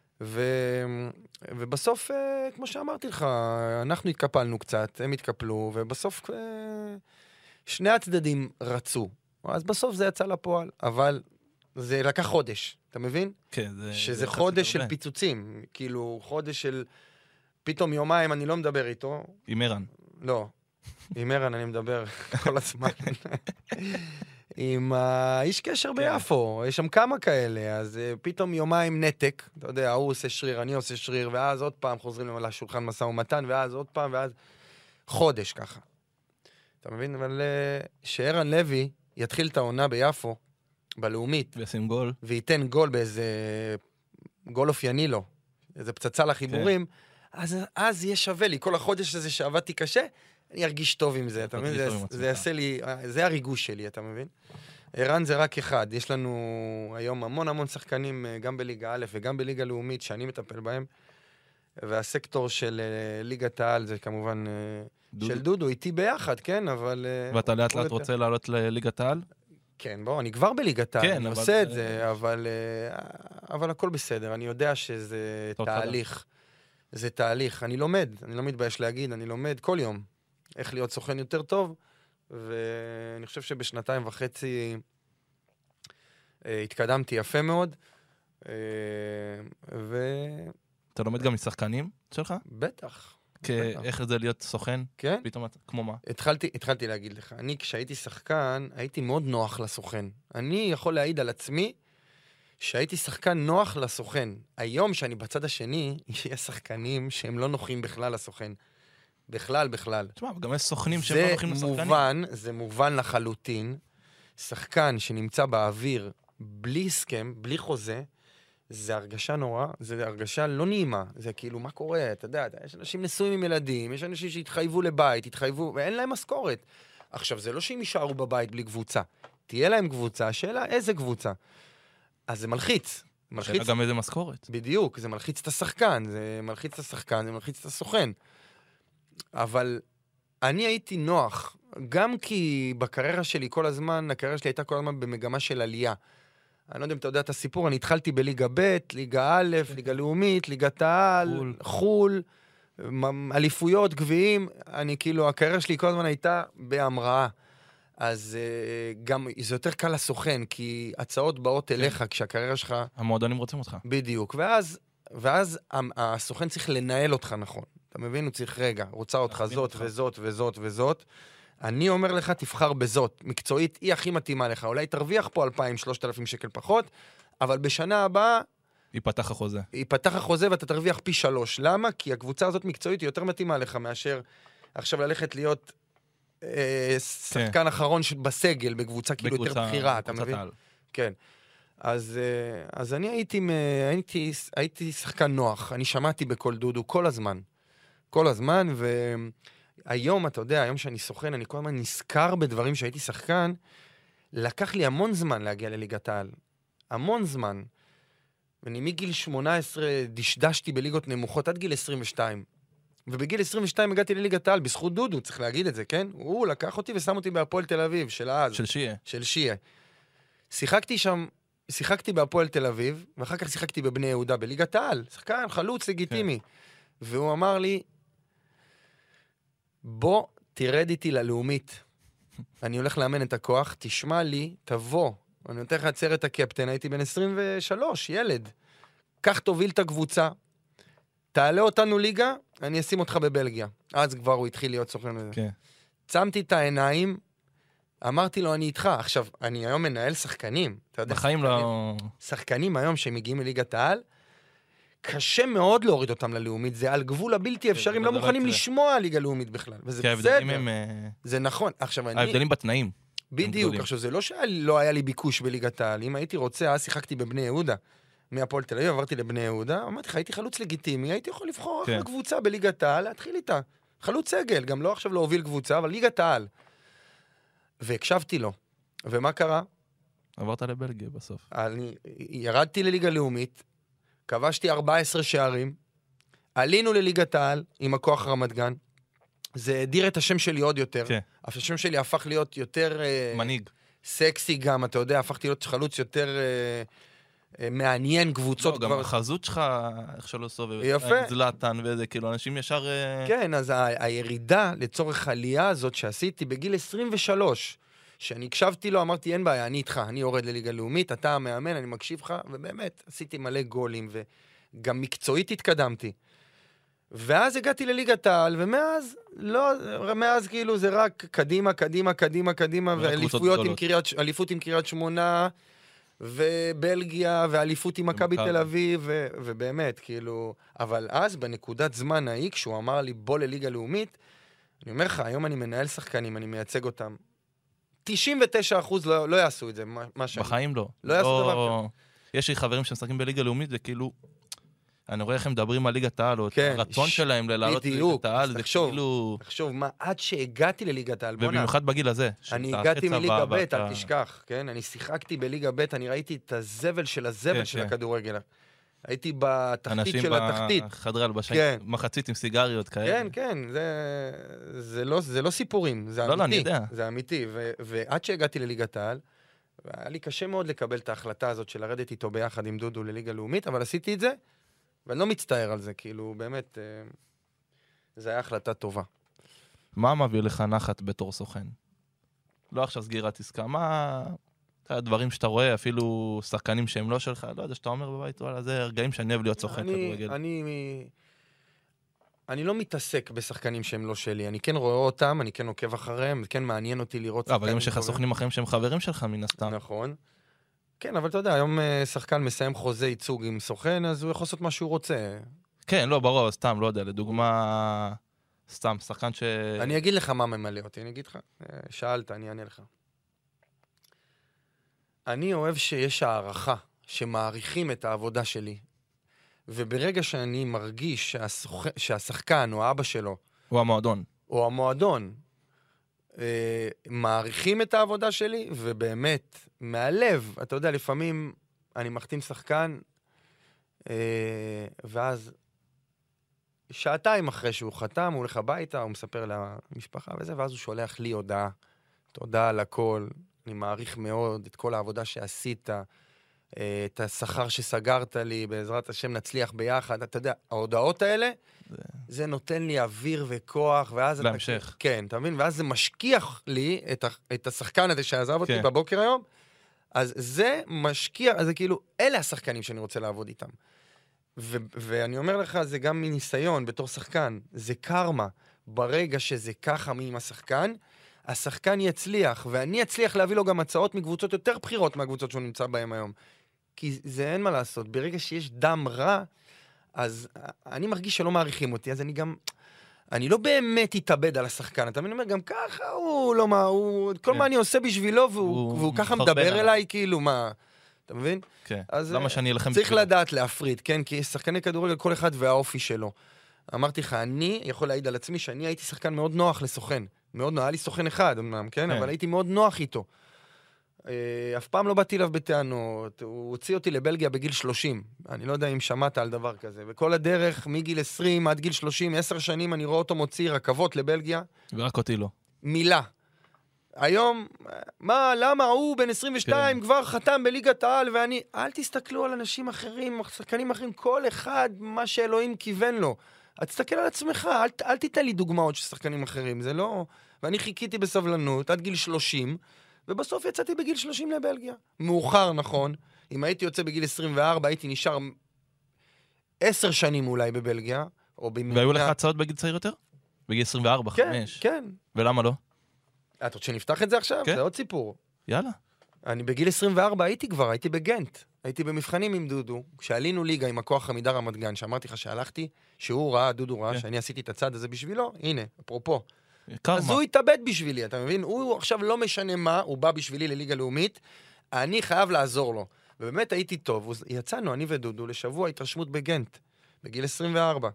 ובסוף, כמו שאמרתי לך, אנחנו התקפלנו קצת, הם התקפלו, ובסוף שני הצדדים רצו. אז בסוף זה יצא לפועל, אבל זה לקח חודש, אתה מבין? כן, שזה חודש של פיצוצים, כאילו חודש של... פתאום יומיים אני לא מדבר איתו. עם ערן. לא, עם ערן אני מדבר כל הזמן. עם האיש קשר ביפו, יש שם כמה כאלה, אז פתאום יומיים נתק, אתה יודע, הוא עושה שריר, אני עושה שריר, ואז עוד פעם חוזרים לשולחן משא ומתן, ואז עוד פעם, ואז חודש ככה. אתה מבין? אבל שערן לוי יתחיל את העונה ביפו, בלאומית, וישים גול. וייתן גול באיזה גול אופייני לו, איזה פצצה לחיבורים, אז יהיה שווה לי, כל החודש הזה שעבדתי קשה, אני ארגיש טוב עם זה, אתה מבין? זה יעשה לי, זה הריגוש שלי, אתה מבין? ערן זה רק אחד, יש לנו היום המון שחקנים, גם בליגה א' וגם בליגה לאומית, שאני מטפל בהם, והסקטור של ליגת העל זה כמובן של דודו, איתי ביחד, כן, אבל... ואתה לאט לאט רוצה לעלות לליגת העל? כן, בוא, אני כבר בליגת העל, אני עושה את זה, אבל הכל בסדר, אני יודע שזה תהליך. זה תהליך, אני לא מתבייש להגיד, אני לומד כל יום איך להיות סוכן יותר טוב, ואני חושב שבשנתיים וחצי התקדמתי יפה מאוד, אתה לומד גם משחקנים שלך? בטח. איך זה להיות סוכן? כן. פתאום, כמו מה? התחלתי להגיד לך, אני כשהייתי שחקן, הייתי מאוד נוח לסוכן. אני יכול להעיד על עצמי, שהייתי שחקן נוח לסוכן. היום שאני בצד השני, יש שחקנים שהם לא נוחים בכלל לסוכן. בכלל. תשמע, גם יש סוכנים שהם לא נוחים לשחקנים. זה מובן לחלוטין. שחקן שנמצא באוויר, בלי הסכם, בלי חוזה, זה הרגשה נורא, זה הרגשה לא נעימה. זה כאילו, מה קורה? אתה יודע, יש אנשים נשואים עם ילדים, יש אנשים שהתחייבו לבית, ואין להם משכורת. עכשיו, זה לא שהם יישארו בבית בלי קבוצה. תהיה להם קבוצה, השאלה איזה קבוצה. אז זה מלחיץ. שאלה גם איזה משכורת. בדיוק, זה מלחיץ את השחקן, זה מלחיץ את הסוכן. אבל אני הייתי נוח, גם כי בקריירה שלי כל הזמן, הקריירה שלי הייתה כל הזמן במגמה של עלייה. אני לא יודע אם אתה יודע את הסיפור, אני התחלתי בליגה ב', ליגה א', ליגה לאומית, ליגת העל, חול, אליפויות, גביעים, אני כאילו, הקריירה שלי כל הזמן הייתה בהמראה. אז גם זה יותר קל לסוכן, כי הצעות באות אליך כשהקריירה שלך... המועדונים רוצים אותך. בדיוק, ואז הסוכן צריך לנהל אותך נכון. אתה מבין? הוא צריך רגע, רוצה אותך זאת וזאת וזאת וזאת. אני אומר לך, תבחר בזאת. מקצועית היא הכי מתאימה לך. אולי תרוויח פה 2,000-3,000 שקל פחות, אבל בשנה הבאה... ייפתח החוזה. ייפתח החוזה ואתה תרוויח פי 3. למה? כי הקבוצה הזאת מקצועית היא יותר מתאימה לך מאשר עכשיו ללכת להיות שחקן אחרון בסגל, בקבוצה כאילו יותר בחירה, אתה מבין? כן. אז אני הייתי שחקן נוח. אני שמעתי בכל דודו כל הזמן. כל הזמן, והיום, אתה יודע, היום שאני סוכן, אני כל הזמן נזכר בדברים שהייתי שחקן, לקח לי המון זמן להגיע לליגת העל. המון זמן. ואני מגיל 18 דשדשתי בליגות נמוכות עד גיל 22. ובגיל 22 הגעתי לליגת העל, בזכות דודו, צריך להגיד את זה, כן? הוא לקח אותי ושם אותי בהפועל תל אביב, של אז. של שיה. של שיה. שיחקתי בהפועל תל אביב, ואחר כך שיחקתי בבני יהודה, בליגת העל. שחקן, חלוץ, לגיטימי. והוא אמר לי, בוא, תרד איתי ללאומית. אני הולך לאמן את הכוח, תשמע לי, תבוא. אני נותן לך לצייר את הקפטן, הייתי בן 23, ילד. כך תוביל את הקבוצה, תעלה אותנו ליגה, אני אשים אותך בבלגיה. אז כבר הוא התחיל להיות סוכן לזה. כן. צמתי את העיניים, אמרתי לו, אני איתך. עכשיו, אני היום מנהל שחקנים. אתה יודע, בחיים לא... שחקנים היום שמגיעים לליגת העל, קשה מאוד להוריד אותם ללאומית, זה על גבול הבלתי אפשרי, הם לא מוכנים לשמוע על ליגה לאומית בכלל, וזה בסדר. זה נכון. עכשיו, ההבדלים בתנאים. בדיוק, עכשיו, זה לא שלא היה לי ביקוש בליגת העל, אם הייתי רוצה, אז שיחקתי בבני יהודה, מהפועל תל אביב, עברתי לבני יהודה, אמרתי לך, הייתי חלוץ לגיטימי, הייתי יכול לבחור אחלה קבוצה בליגת העל, להתחיל איתה. חלוץ סגל, גם לא עכשיו להוביל קבוצה, אבל ליגת העל. והקשבתי לו. ומה קרה? עברת לבלגיה בסוף. אני ירדתי לליגה לאומית, כבשתי 14 שערים, עלינו לליגת העל עם הכוח רמת גן, זה הדיר את השם שלי עוד יותר, השם שלי הפך להיות יותר... מנהיג. סקסי גם, אתה יודע, הפכתי להיות חלוץ יותר מעניין קבוצות. גם החזות שלך, איך שלא סובב, זלטן וזה, כאילו, אנשים ישר... כן, אז הירידה לצורך העלייה הזאת שעשיתי בגיל 23, שאני הקשבתי לו, אמרתי, אין בעיה, אני איתך, אני יורד לליגה לאומית, אתה המאמן, אני מקשיב לך, ובאמת, עשיתי מלא גולים, וגם מקצועית התקדמתי. ואז הגעתי לליגת העל, ומאז, לא, מאז כאילו זה רק קדימה, קדימה, קדימה, קדימה, ואליפות עם קריית שמונה, ובלגיה, ואליפות עם מכבי תל אביב, ובאמת, כאילו, אבל אז, בנקודת זמן ההיא, כשהוא אמר לי, בוא לליגה לאומית, אני אומר לך, היום אני מנהל שחקנים, אני מייצג אותם. 99% לא יעשו את זה, מה שאני. בחיים לא. לא יעשו דבר כזה. יש לי חברים שמשחקים בליגה לאומית, וכאילו, אני רואה איך הם מדברים על ליגת העל, או את הרצון שלהם לעלות לליגת העל, זה כאילו... תחשוב, מה, עד שהגעתי לליגת העל, ובמיוחד בגיל הזה. אני הגעתי מליגה ב', אל תשכח, כן? אני שיחקתי בליגה ב', אני ראיתי את הזבל של הזבל של הכדורגל. הייתי בתחתית של התחתית. אנשים בחדרי הלבשה, מחצית עם סיגריות כאלה. כן, כן, זה לא סיפורים, זה אמיתי. לא, אני יודע. זה אמיתי, ועד שהגעתי לליגת העל, היה לי קשה מאוד לקבל את ההחלטה הזאת של לרדת איתו ביחד עם דודו לליגה לאומית, אבל עשיתי את זה, ואני לא מצטער על זה, כאילו, באמת, זה היה החלטה טובה. מה מביא לך נחת בתור סוכן? לא עכשיו סגירת עסקה, מה... הדברים שאתה רואה, אפילו שחקנים שהם לא שלך, לא יודע, שאתה אומר בבית, וואלה, זה הרגעים שאני אוהב להיות סוכן כדורגל. אני לא מתעסק בשחקנים שהם לא שלי, אני כן רואה אותם, אני כן עוקב אחריהם, כן מעניין אותי לראות שחקנים. אבל גם יש לך סוכנים אחרים שהם חברים שלך מן הסתם. נכון. כן, אבל אתה יודע, היום שחקן מסיים חוזה ייצוג עם סוכן, אז הוא יכול לעשות מה שהוא רוצה. כן, לא, ברור, סתם, לא יודע, לדוגמה, סתם, שחקן ש... אני אגיד לך מה ממלא אותי, אני אגיד לך. שאלת, אני אענה לך. אני אוהב שיש הערכה, שמעריכים את העבודה שלי. וברגע שאני מרגיש שהשחקן או האבא שלו... או המועדון. או המועדון. מעריכים את העבודה שלי, ובאמת, מהלב, אתה יודע, לפעמים אני מחתים שחקן, ואז שעתיים אחרי שהוא חתם, הוא הולך הביתה, הוא מספר למשפחה וזה, ואז הוא שולח לי הודעה. תודה על הכל, אני מעריך מאוד את כל העבודה שעשית, את השכר שסגרת לי, בעזרת השם נצליח ביחד. אתה יודע, ההודעות האלה, זה נותן לי אוויר וכוח, ואז להמשך. כן, אתה מבין? ואז זה משכיח לי את השחקן הזה שעזב אותי בבוקר היום, אז זה משכיח, אז זה כאילו, אלה השחקנים שאני רוצה לעבוד איתם. ואני אומר לך, זה גם מניסיון בתור שחקן, זה קרמה. ברגע שזה ככה עם השחקן, השחקן יצליח, ואני אצליח להביא לו גם הצעות מקבוצות יותר בחירות מהקבוצות שהוא נמצא בהן היום. כי זה אין מה לעשות. ברגע שיש דם רע, אז אני מרגיש שלא מעריכים אותי, אז אני לא באמת אתאבד על השחקן. אתה אומר, גם ככה הוא לא מה, כל מה אני עושה בשבילו, והוא ככה מדבר אליי, כאילו, מה... אתה מבין? כן. אז למה שאני אלחם צריך לדעת להפריד, כן? כי שחקני כדורגל כל אחד והאופי שלו. אמרתי לך, אני יכול להעיד על עצמי שאני הייתי שחקן מאוד נוח לסוכן. מאוד נוח, היה לי סוכן אחד, כן? אבל הייתי מאוד נוח איתו. אף פעם לא באתי אליו בטענות, הוא הוציא אותי לבלגיה בגיל 30. אני לא יודע אם שמעת על דבר כזה. וכל הדרך, מגיל 20 עד גיל 30, 10 שנים, אני רואה אותו מוציא רכבות לבלגיה. ורק אותי לא. מילה. היום, למה הוא בן 22 כבר חתם בליגת העל, ואני, אל תסתכלו על אנשים אחרים, שחקנים אחרים, כל אחד, מה שאלוהים כיוון לו. תסתכל על עצמך, אל תיתן לי דוגמאות של שחקנים אחרים, זה לא... ואני חיכיתי בסבלנות עד גיל 30, ובסוף יצאתי בגיל 30 לבלגיה. מאוחר, נכון. אם הייתי יוצא בגיל 24, הייתי נשאר 10 שנים אולי בבלגיה, או במדינה... והיו לך הצעות בגיל צעיר יותר? בגיל 24, 5? כן. ולמה לא? אתה רוצה שנפתח את זה עכשיו? כן. זה עוד סיפור. יאללה. אני בגיל 24 הייתי בגנט. הייתי במבחנים עם דודו, כשעלינו ליגה עם הכוח עמידר רמת גן, שאמרתי לך שהלכתי, דודו ראה שאני עשיתי את הצד הזה בשבילו, הנה, אפרופו. אז הוא התאבד בשבילי, אתה מבין? הוא עכשיו לא משנה מה, הוא בא בשבילי לליגה לאומית, אני חייב לעזור לו. ובאמת הייתי טוב, יצאנו, אני ודודו, לשבוע התרשמות בגנט, בגיל 24.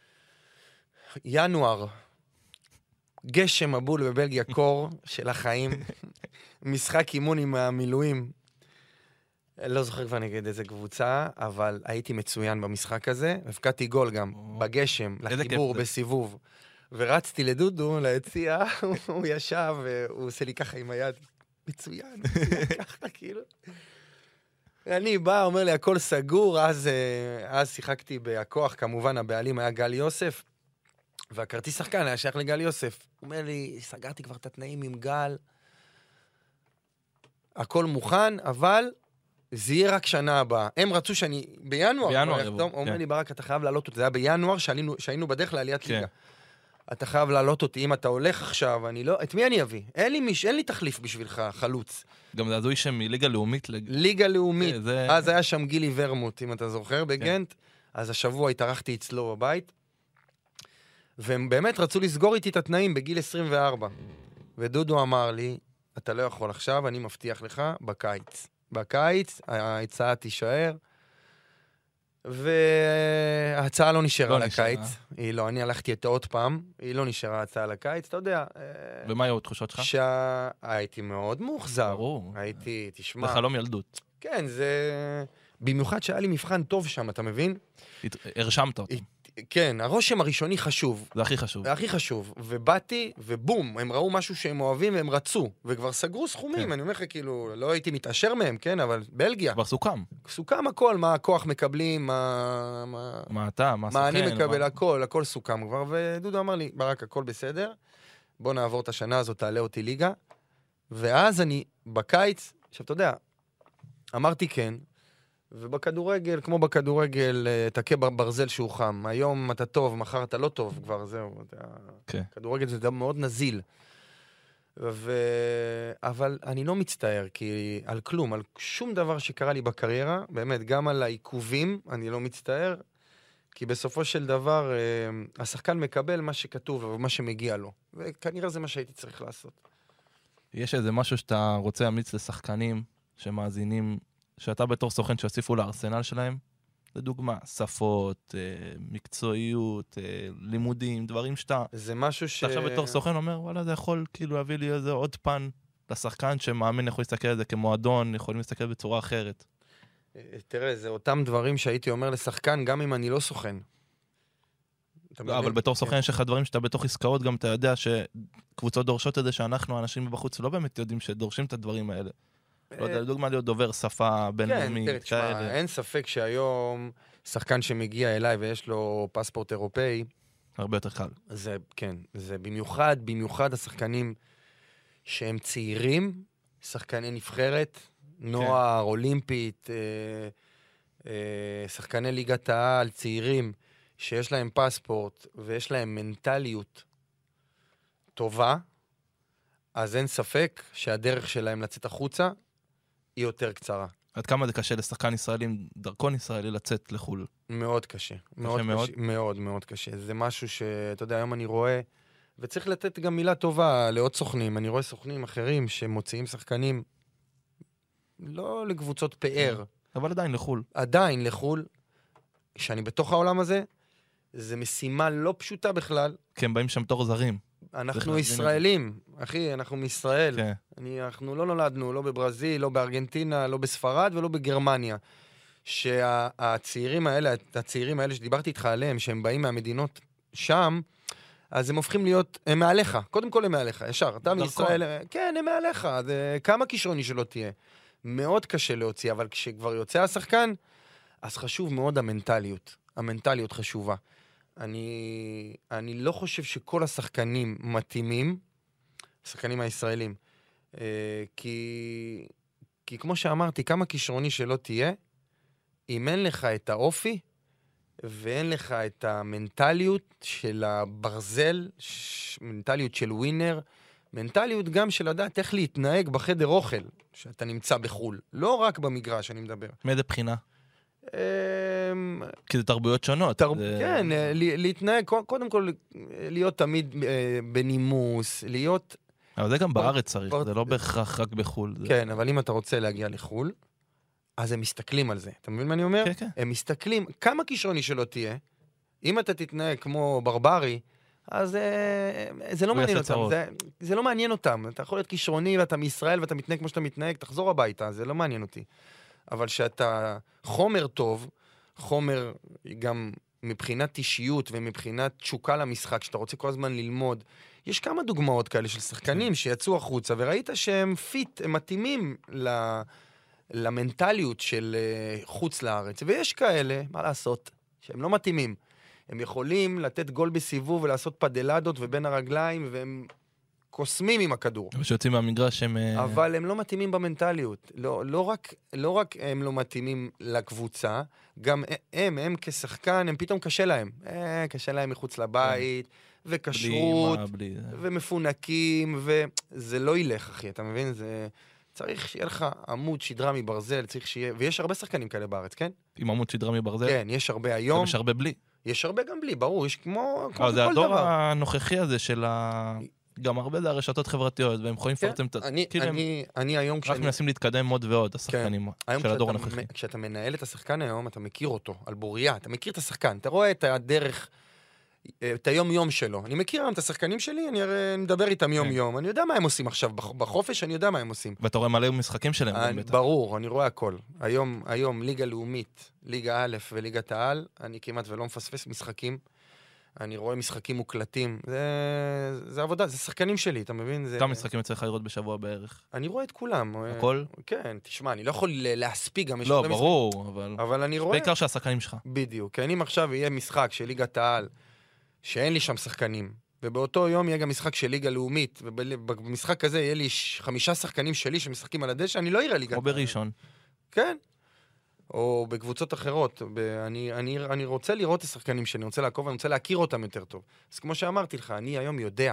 ינואר, גשם מבול בבלגיה, קור של החיים, משחק אימון עם המילואים, לא זוכר כבר נגד איזה קבוצה, אבל הייתי מצוין במשחק הזה, הפקעתי גול גם, בגשם, לחיבור, בסיבוב. ורצתי לדודו, ליציאה, הוא ישב, והוא עושה לי ככה עם היד, מצוין, ככה כאילו. אני בא, אומר לי, הכל סגור, אז שיחקתי בהכוח, כמובן, הבעלים היה גל יוסף, והכרטיס שחקן היה שייך לגל יוסף. הוא אומר לי, סגרתי כבר את התנאים עם גל, הכל מוכן, אבל זה יהיה רק שנה הבאה. הם רצו שאני, בינואר, הוא אומר לי, ברק, אתה חייב לעלות אותי, זה היה בינואר, שהיינו בדרך לעליית ליגה. אתה חייב לעלות אותי, אם אתה הולך עכשיו, אני לא... את מי אני אביא? אין לי תחליף בשבילך, חלוץ. גם זה הזוי שמליגה לאומית... ליגה לאומית. אז היה שם גילי ורמוט, אם אתה זוכר, בגנט. אז השבוע התארחתי אצלו בבית, והם באמת רצו לסגור איתי את התנאים בגיל 24. ודודו אמר לי, אתה לא יכול עכשיו, אני מבטיח לך, בקיץ. בקיץ, ההצעה תישאר, וההצעה לא נשארה לקיץ. היא לא, אני הלכתי את עוד פעם, היא לא נשארה הצעה לקיץ, אתה יודע. ומה היו התחושות שלך? הייתי מאוד מאוחזר. ברור. הייתי, תשמע. זה חלום ילדות. כן, זה... במיוחד שהיה לי מבחן טוב שם, אתה מבין? הרשמת אותו. כן, הרושם הראשוני חשוב. זה הכי חשוב. זה הכי חשוב. ובאתי, ובום, הם ראו משהו שהם אוהבים והם רצו, וכבר סגרו סכומים. אני אומר לך, כאילו, לא הייתי מתעשר מהם, כן, אבל בלגיה. כבר סוכם. סוכם הכל, מה הכוח מקבלים, מה אתה, מה סוכן. מה אני מקבל, הכל סוכם כבר. ודודו אמר לי, ברק, הכל בסדר, בוא נעבור את השנה הזאת, תעלה אותי ליגה. ואז אני, בקיץ, עכשיו אתה יודע, אמרתי כן, ובכדורגל, כמו בכדורגל, תקה ברזל שהוא חם. היום אתה טוב, מחר אתה לא טוב, כבר זהו. כדורגל זה מאוד נזיל. אבל אני לא מצטער, כי על כלום, על שום דבר שקרה לי בקריירה, באמת, גם על העיכובים, אני לא מצטער, כי בסופו של דבר, השחקן מקבל מה שכתוב ומה שמגיע לו. וכנראה זה מה שהייתי צריך לעשות. יש איזה משהו שאתה רוצה להמליץ לשחקנים שמאזינים, שאתה בתור סוכן שהוסיפו לארסנל שלהם, לדוגמה, שפות, מקצועיות, לימודים, דברים שאתה... זה משהו ש... אתה עכשיו בתור סוכן אומר, וואלה, זה יכול כאילו להביא לי איזה עוד פן לשחקן שמאמין יכול להסתכל על זה כמועדון, יכולים להסתכל בצורה אחרת. תראה, זה אותם דברים שהייתי אומר לשחקן, גם אם אני לא סוכן. לא, אבל בתור סוכן יש לך דברים שאתה בתוך עסקאות, גם אתה יודע שקבוצות דורשות את זה, שאנחנו, האנשים בחוץ, לא באמת יודעים שדורשים את הדברים האלה. לא יודע, לדוגמה להיות דובר שפה בינלאומית. כן, תשמע, אין ספק שהיום שחקן שמגיע אליי ויש לו פספורט אירופאי, הרבה יותר קל. זה, כן, זה במיוחד השחקנים שהם צעירים, שחקני נבחרת, נוער, אולימפית, שחקני ליגת העל, צעירים, שיש להם פספורט ויש להם מנטליות טובה, אז אין ספק שהדרך שלהם לצאת החוצה היא יותר קצרה. עד כמה זה קשה לשחקן ישראלי עם דרכון ישראלי לצאת לחול? מאוד קשה. מאוד מאוד קשה. זה משהו שאתה יודע, היום אני רואה, וצריך לתת גם מילה טובה לעוד סוכנים. אני רואה סוכנים אחרים שמוציאים שחקנים לא לקבוצות פאר. אבל עדיין לחול. עדיין לחול. שאני בתוך העולם הזה, זה משימה לא פשוטה בכלל. כי הם באים שם תור זרים. אנחנו ישראלים, אחי, אנחנו מישראל. כן. אנחנו לא נולדנו, לא בברזיל, לא בארגנטינה, לא בספרד ולא בגרמניה. שהצעירים האלה שדיברתי איתך עליהם, שהם באים מהמדינות שם, אז הם הופכים להיות, הם מעליך. קודם כל הם מעליך, ישר. אתה מישראל, כן, הם מעליך. כמה כישרוני שלא תהיה. מאוד קשה להוציא, אבל כשכבר יוצא השחקן, אז חשוב מאוד המנטליות. המנטליות חשובה. אני לא חושב שכל השחקנים מתאימים, השחקנים הישראלים, כי כמו שאמרתי, כמה כישרוני שלא תהיה, אם אין לך את האופי, ואין לך את המנטליות של הברזל, מנטליות של ווינר, מנטליות גם של לדעת איך להתנהג בחדר אוכל, שאתה נמצא בחול, לא רק במגרש אני מדבר. מאיזה בחינה? כי זה תרבויות שונות. כן, להתנהג, קודם כל להיות תמיד בנימוס, להיות... אבל זה גם בארץ צריך, זה לא בהכרח רק בחול. כן, אבל אם אתה רוצה להגיע לחול, אז הם מסתכלים על זה. אתה מבין מה אני אומר? כן, כן. הם מסתכלים, כמה כישרוני שלא תהיה, אם אתה תתנהג כמו ברברי, אז זה לא מעניין אותם. זה לא מעניין אותם. אתה יכול להיות כישרוני ואתה מישראל ואתה מתנהג כמו שאתה מתנהג, תחזור הביתה, זה לא מעניין אותי. אבל שאתה חומר טוב, חומר גם מבחינת אישיות ומבחינת תשוקה למשחק, שאתה רוצה כל הזמן ללמוד. יש כמה דוגמאות כאלה של שחקנים שיצאו החוצה, וראית שהם פיט, הם מתאימים למנטליות של חוץ לארץ. ויש כאלה, מה לעשות, שהם לא מתאימים. הם יכולים לתת גול בסיבוב ולעשות פדלדות ובין הרגליים, והם קוסמים עם הכדור. שיוצאים מהמגרש הם... אבל הם לא מתאימים במנטליות. לא רק הם לא מתאימים לקבוצה, גם הם כשחקן, הם פתאום קשה להם. קשה להם מחוץ לבית, וקשרות, ומפונקים, וזה לא ילך, אחי, אתה מבין? צריך שיהיה לך עמוד שדרה מברזל, צריך שיהיה... ויש הרבה שחקנים כאלה בארץ, כן? עם עמוד שדרה מברזל? כן, יש הרבה היום. יש הרבה בלי. יש הרבה גם בלי, ברור, יש כמו כל דבר. זה הדור הנוכחי הזה של גם הרבה זה הרשתות חברתיות, והם יכולים לפרסם את... אני היום רק מנסים להתקדם עוד ועוד, השחקנים של הדור הנוכחי. כשאתה מנהל את השחקן היום, אתה מכיר אותו, על בוריה, אתה מכיר את השחקן, אתה רואה את הדרך, את היום-יום שלו. אני מכיר היום את השחקנים שלי, אני מדבר איתם יום-יום, אני יודע מה הם עושים עכשיו, בחופש אני יודע מה הם עושים. ואתה רואה מלא משחקים שלהם. ברור, אני רואה הכל. היום ליגה לאומית, ליגה א' וליגת העל, אני כמעט ולא מפספס משחקים. אני רואה משחקים מוקלטים, זה עבודה, זה שחקנים שלי, אתה מבין? כמה משחקים צריך לראות בשבוע בערך? אני רואה את כולם. הכל? כן, תשמע, אני לא יכול להספיק גם... לא, ברור, אבל אני רואה... בעיקר שהשחקנים שלך. בדיוק, כי אם עכשיו יהיה משחק של ליגת העל, שאין לי שם שחקנים, ובאותו יום יהיה גם משחק של ליגה לאומית, ובמשחק הזה יהיה לי 5 שחקנים שלי שמשחקים על הדשא, אני לא אראה ליגת העל. או בראשון. כן. או בקבוצות אחרות. אני רוצה לראות את השחקנים שלי, אני רוצה לעקוב, אני רוצה להכיר אותם יותר טוב. אז כמו שאמרתי לך, אני היום יודע,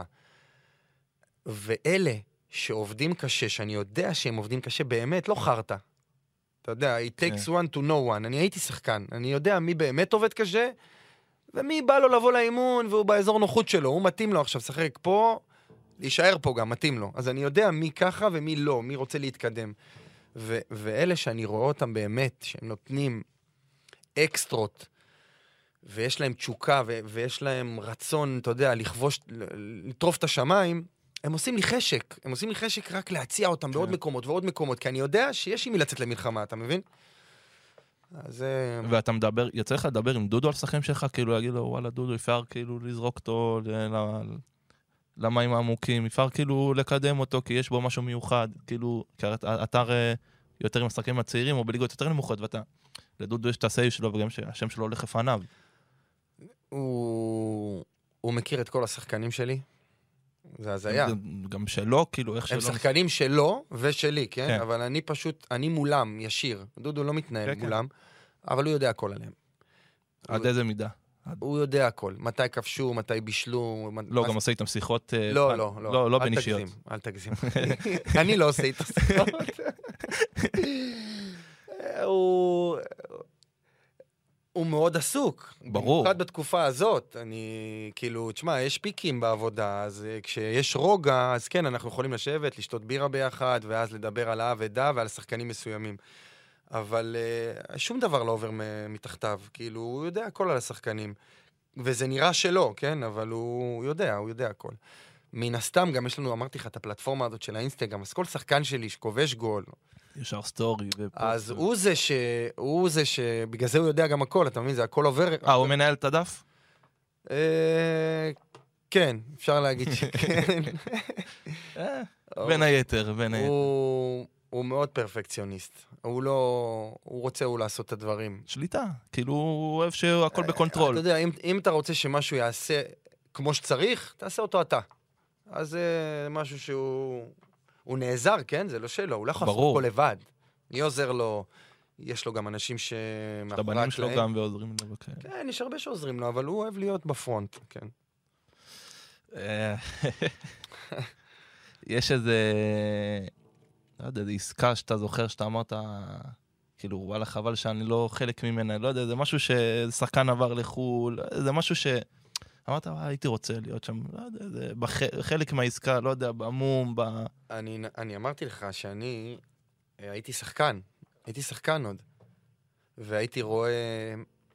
ואלה שעובדים קשה, שאני יודע שהם עובדים קשה, באמת לא חרטה. אתה יודע, it takes one to know one. אני הייתי שחקן, אני יודע מי באמת עובד קשה, ומי בא לו לבוא לאימון, והוא באזור נוחות שלו, הוא מתאים לו עכשיו, שחק פה, להישאר פה גם, מתאים לו. אז אני יודע מי ככה ומי לא, מי רוצה להתקדם. ואלה שאני רואה אותם באמת, שהם נותנים אקסטרות, ויש להם תשוקה, ויש להם רצון, אתה יודע, לטרוף את השמיים, הם עושים לי חשק. הם עושים לי חשק רק להציע אותם בעוד מקומות ועוד מקומות, כי אני יודע שיש עם מי לצאת למלחמה, אתה מבין? אז... ואתה מדבר, יצא לך לדבר עם דודו על שחקנים שלך, כאילו להגיד לו, וואלה, דודו, אפשר כאילו לזרוק אותו למים העמוקים, אפשר כאילו לקדם אותו, כי יש בו משהו מיוחד, כאילו, כי אתה יותר עם השחקנים הצעירים, או בליגות יותר נמוכות, ואתה, לדודו יש את הסייב שלו, וגם שהשם שלו הולך לפניו. הוא מכיר את כל השחקנים שלי, זה הזיה. גם שלו, כאילו, איך שלו... הם שחקנים שלו ושלי, כן? אבל אני פשוט, אני מולם, ישיר. דודו לא מתנהל מולם, אבל הוא יודע הכל עליהם. עד איזה מידה? הוא יודע הכל. מתי כבשו, מתי בישלו... לא, גם עושה איתם שיחות... לא, בין אישיות. אל תגזים. אני לא עושה איתם שיחות. הוא מאוד עסוק. ברור. במיוחד בתקופה הזאת, כאילו, תשמע, יש פיקים בעבודה, אז כשיש רוגע, אז כן, אנחנו יכולים לשבת, לשתות בירה ביחד, ואז לדבר על העבודה ועל שחקנים מסוימים. אבל שום דבר לא עובר מתחתיו, כאילו, הוא יודע הכל על השחקנים. וזה נראה שלא, כן? אבל הוא יודע הכל. מן הסתם, גם יש לנו, אמרתי לך, את הפלטפורמה הזאת של האינסטגרם, אז כל שחקן שלי שכובש גול, ישר סטורי. אז הוא זה בגלל זה הוא יודע גם הכל, אתה מבין? זה הכל עובר... הוא מנהל את הדף? כן, אפשר להגיד שכן. בין היתר. הוא מאוד פרפקציוניסט. הוא רוצה לעשות את הדברים. שליטה. כאילו, הוא אוהב שהכל בקונטרול. אתה יודע, אם אתה רוצה שמשהו יעשה כמו שצריך, תעשה אותו אתה. אז זה משהו הוא נעזר, כן? זה לא שלו, הוא לא יכול לעשות הכל לבד. אני עוזר לו, יש לו גם אנשים את הבנים שלו גם ועוזרים לו. כן, יש הרבה שעוזרים לו, אבל הוא אוהב להיות בפרונט, כן. יש איזה, לא יודע, איזה עסקה שאתה זוכר שאתה אמרת, כאילו, וואלה, חבל שאני לא חלק ממנה, לא יודע, זה משהו ששחקן עבר לחול, זה משהו ש... אמרת, הייתי רוצה להיות שם, לא יודע, זה בחלק מהעסקה, לא יודע, במום, אני אמרתי לך שאני הייתי שחקן עוד, והייתי רואה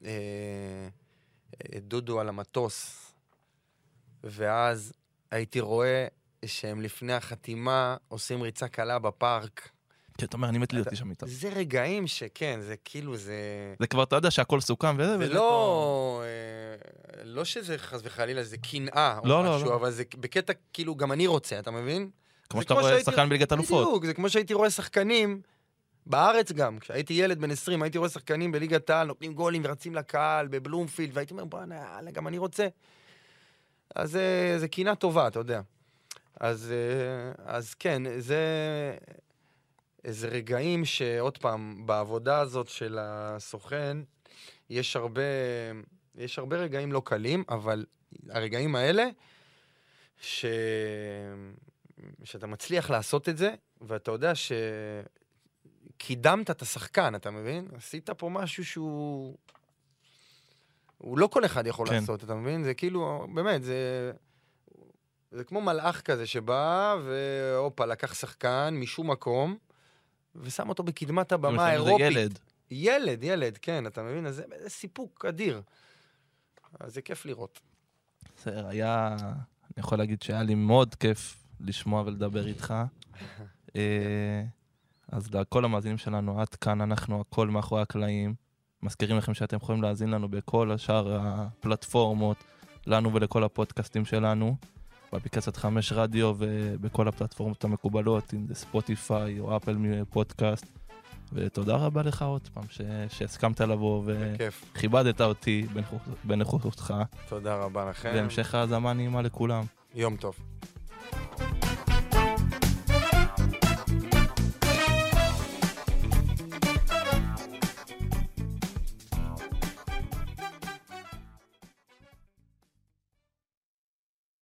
דודו על המטוס, ואז הייתי רואה שהם לפני החתימה עושים ריצה קלה בפארק. כי אתה אומר, אני מת להיות שם איתם. זה רגעים שכן, זה כאילו זה... זה כבר, אתה יודע שהכל סוכם וזה... זה לא שזה חס וחלילה, זה קנאה או משהו, אבל זה בקטע כאילו גם אני רוצה, אתה מבין? כמו שאתה רואה שחקן בליגת אלופות. בדיוק, זה כמו שהייתי רואה שחקנים, בארץ גם, כשהייתי ילד בן 20, הייתי רואה שחקנים בליגת העל, נותנים גולים ורצים לקהל, בבלומפילד, והייתי אומר, בוא, גם אני רוצה. אז זה קנאה טובה, אתה יודע. אז כן, זה רגעים שעוד פעם, בעבודה הזאת של הסוכן, יש הרבה רגעים לא קלים, אבל הרגעים האלה, שאתה מצליח לעשות את זה, ואתה יודע שקידמת את השחקן, אתה מבין? עשית פה משהו שהוא לא כל אחד יכול לעשות, אתה מבין? זה כאילו, באמת, זה כמו מלאך כזה שבא, ואופה, לקח שחקן משום מקום, ושם אותו בקדמת הבמה האירופית. זה ילד, כן, אתה מבין? אז זה סיפוק אדיר. אז זה כיף לראות. בסדר, אני יכול להגיד שהיה לי מאוד כיף לשמוע ולדבר איתך. אז לכל המאזינים שלנו, עד כאן אנחנו הכל מאחורי הקלעים. מזכירים לכם שאתם יכולים להאזין לנו בכל השאר הפלטפורמות, לנו ולכל הפודקאסטים שלנו, באפליקציית 5 רדיו ובכל הפלטפורמות המקובלות, אם זה ספוטיפיי או אפל פודקאסט. ותודה רבה לך עוד פעם שהסכמת לבוא וכיבדת אותי בנוכחותך. תודה רבה לכם. והמשך ההאזנה נעימה לכולם. יום טוב.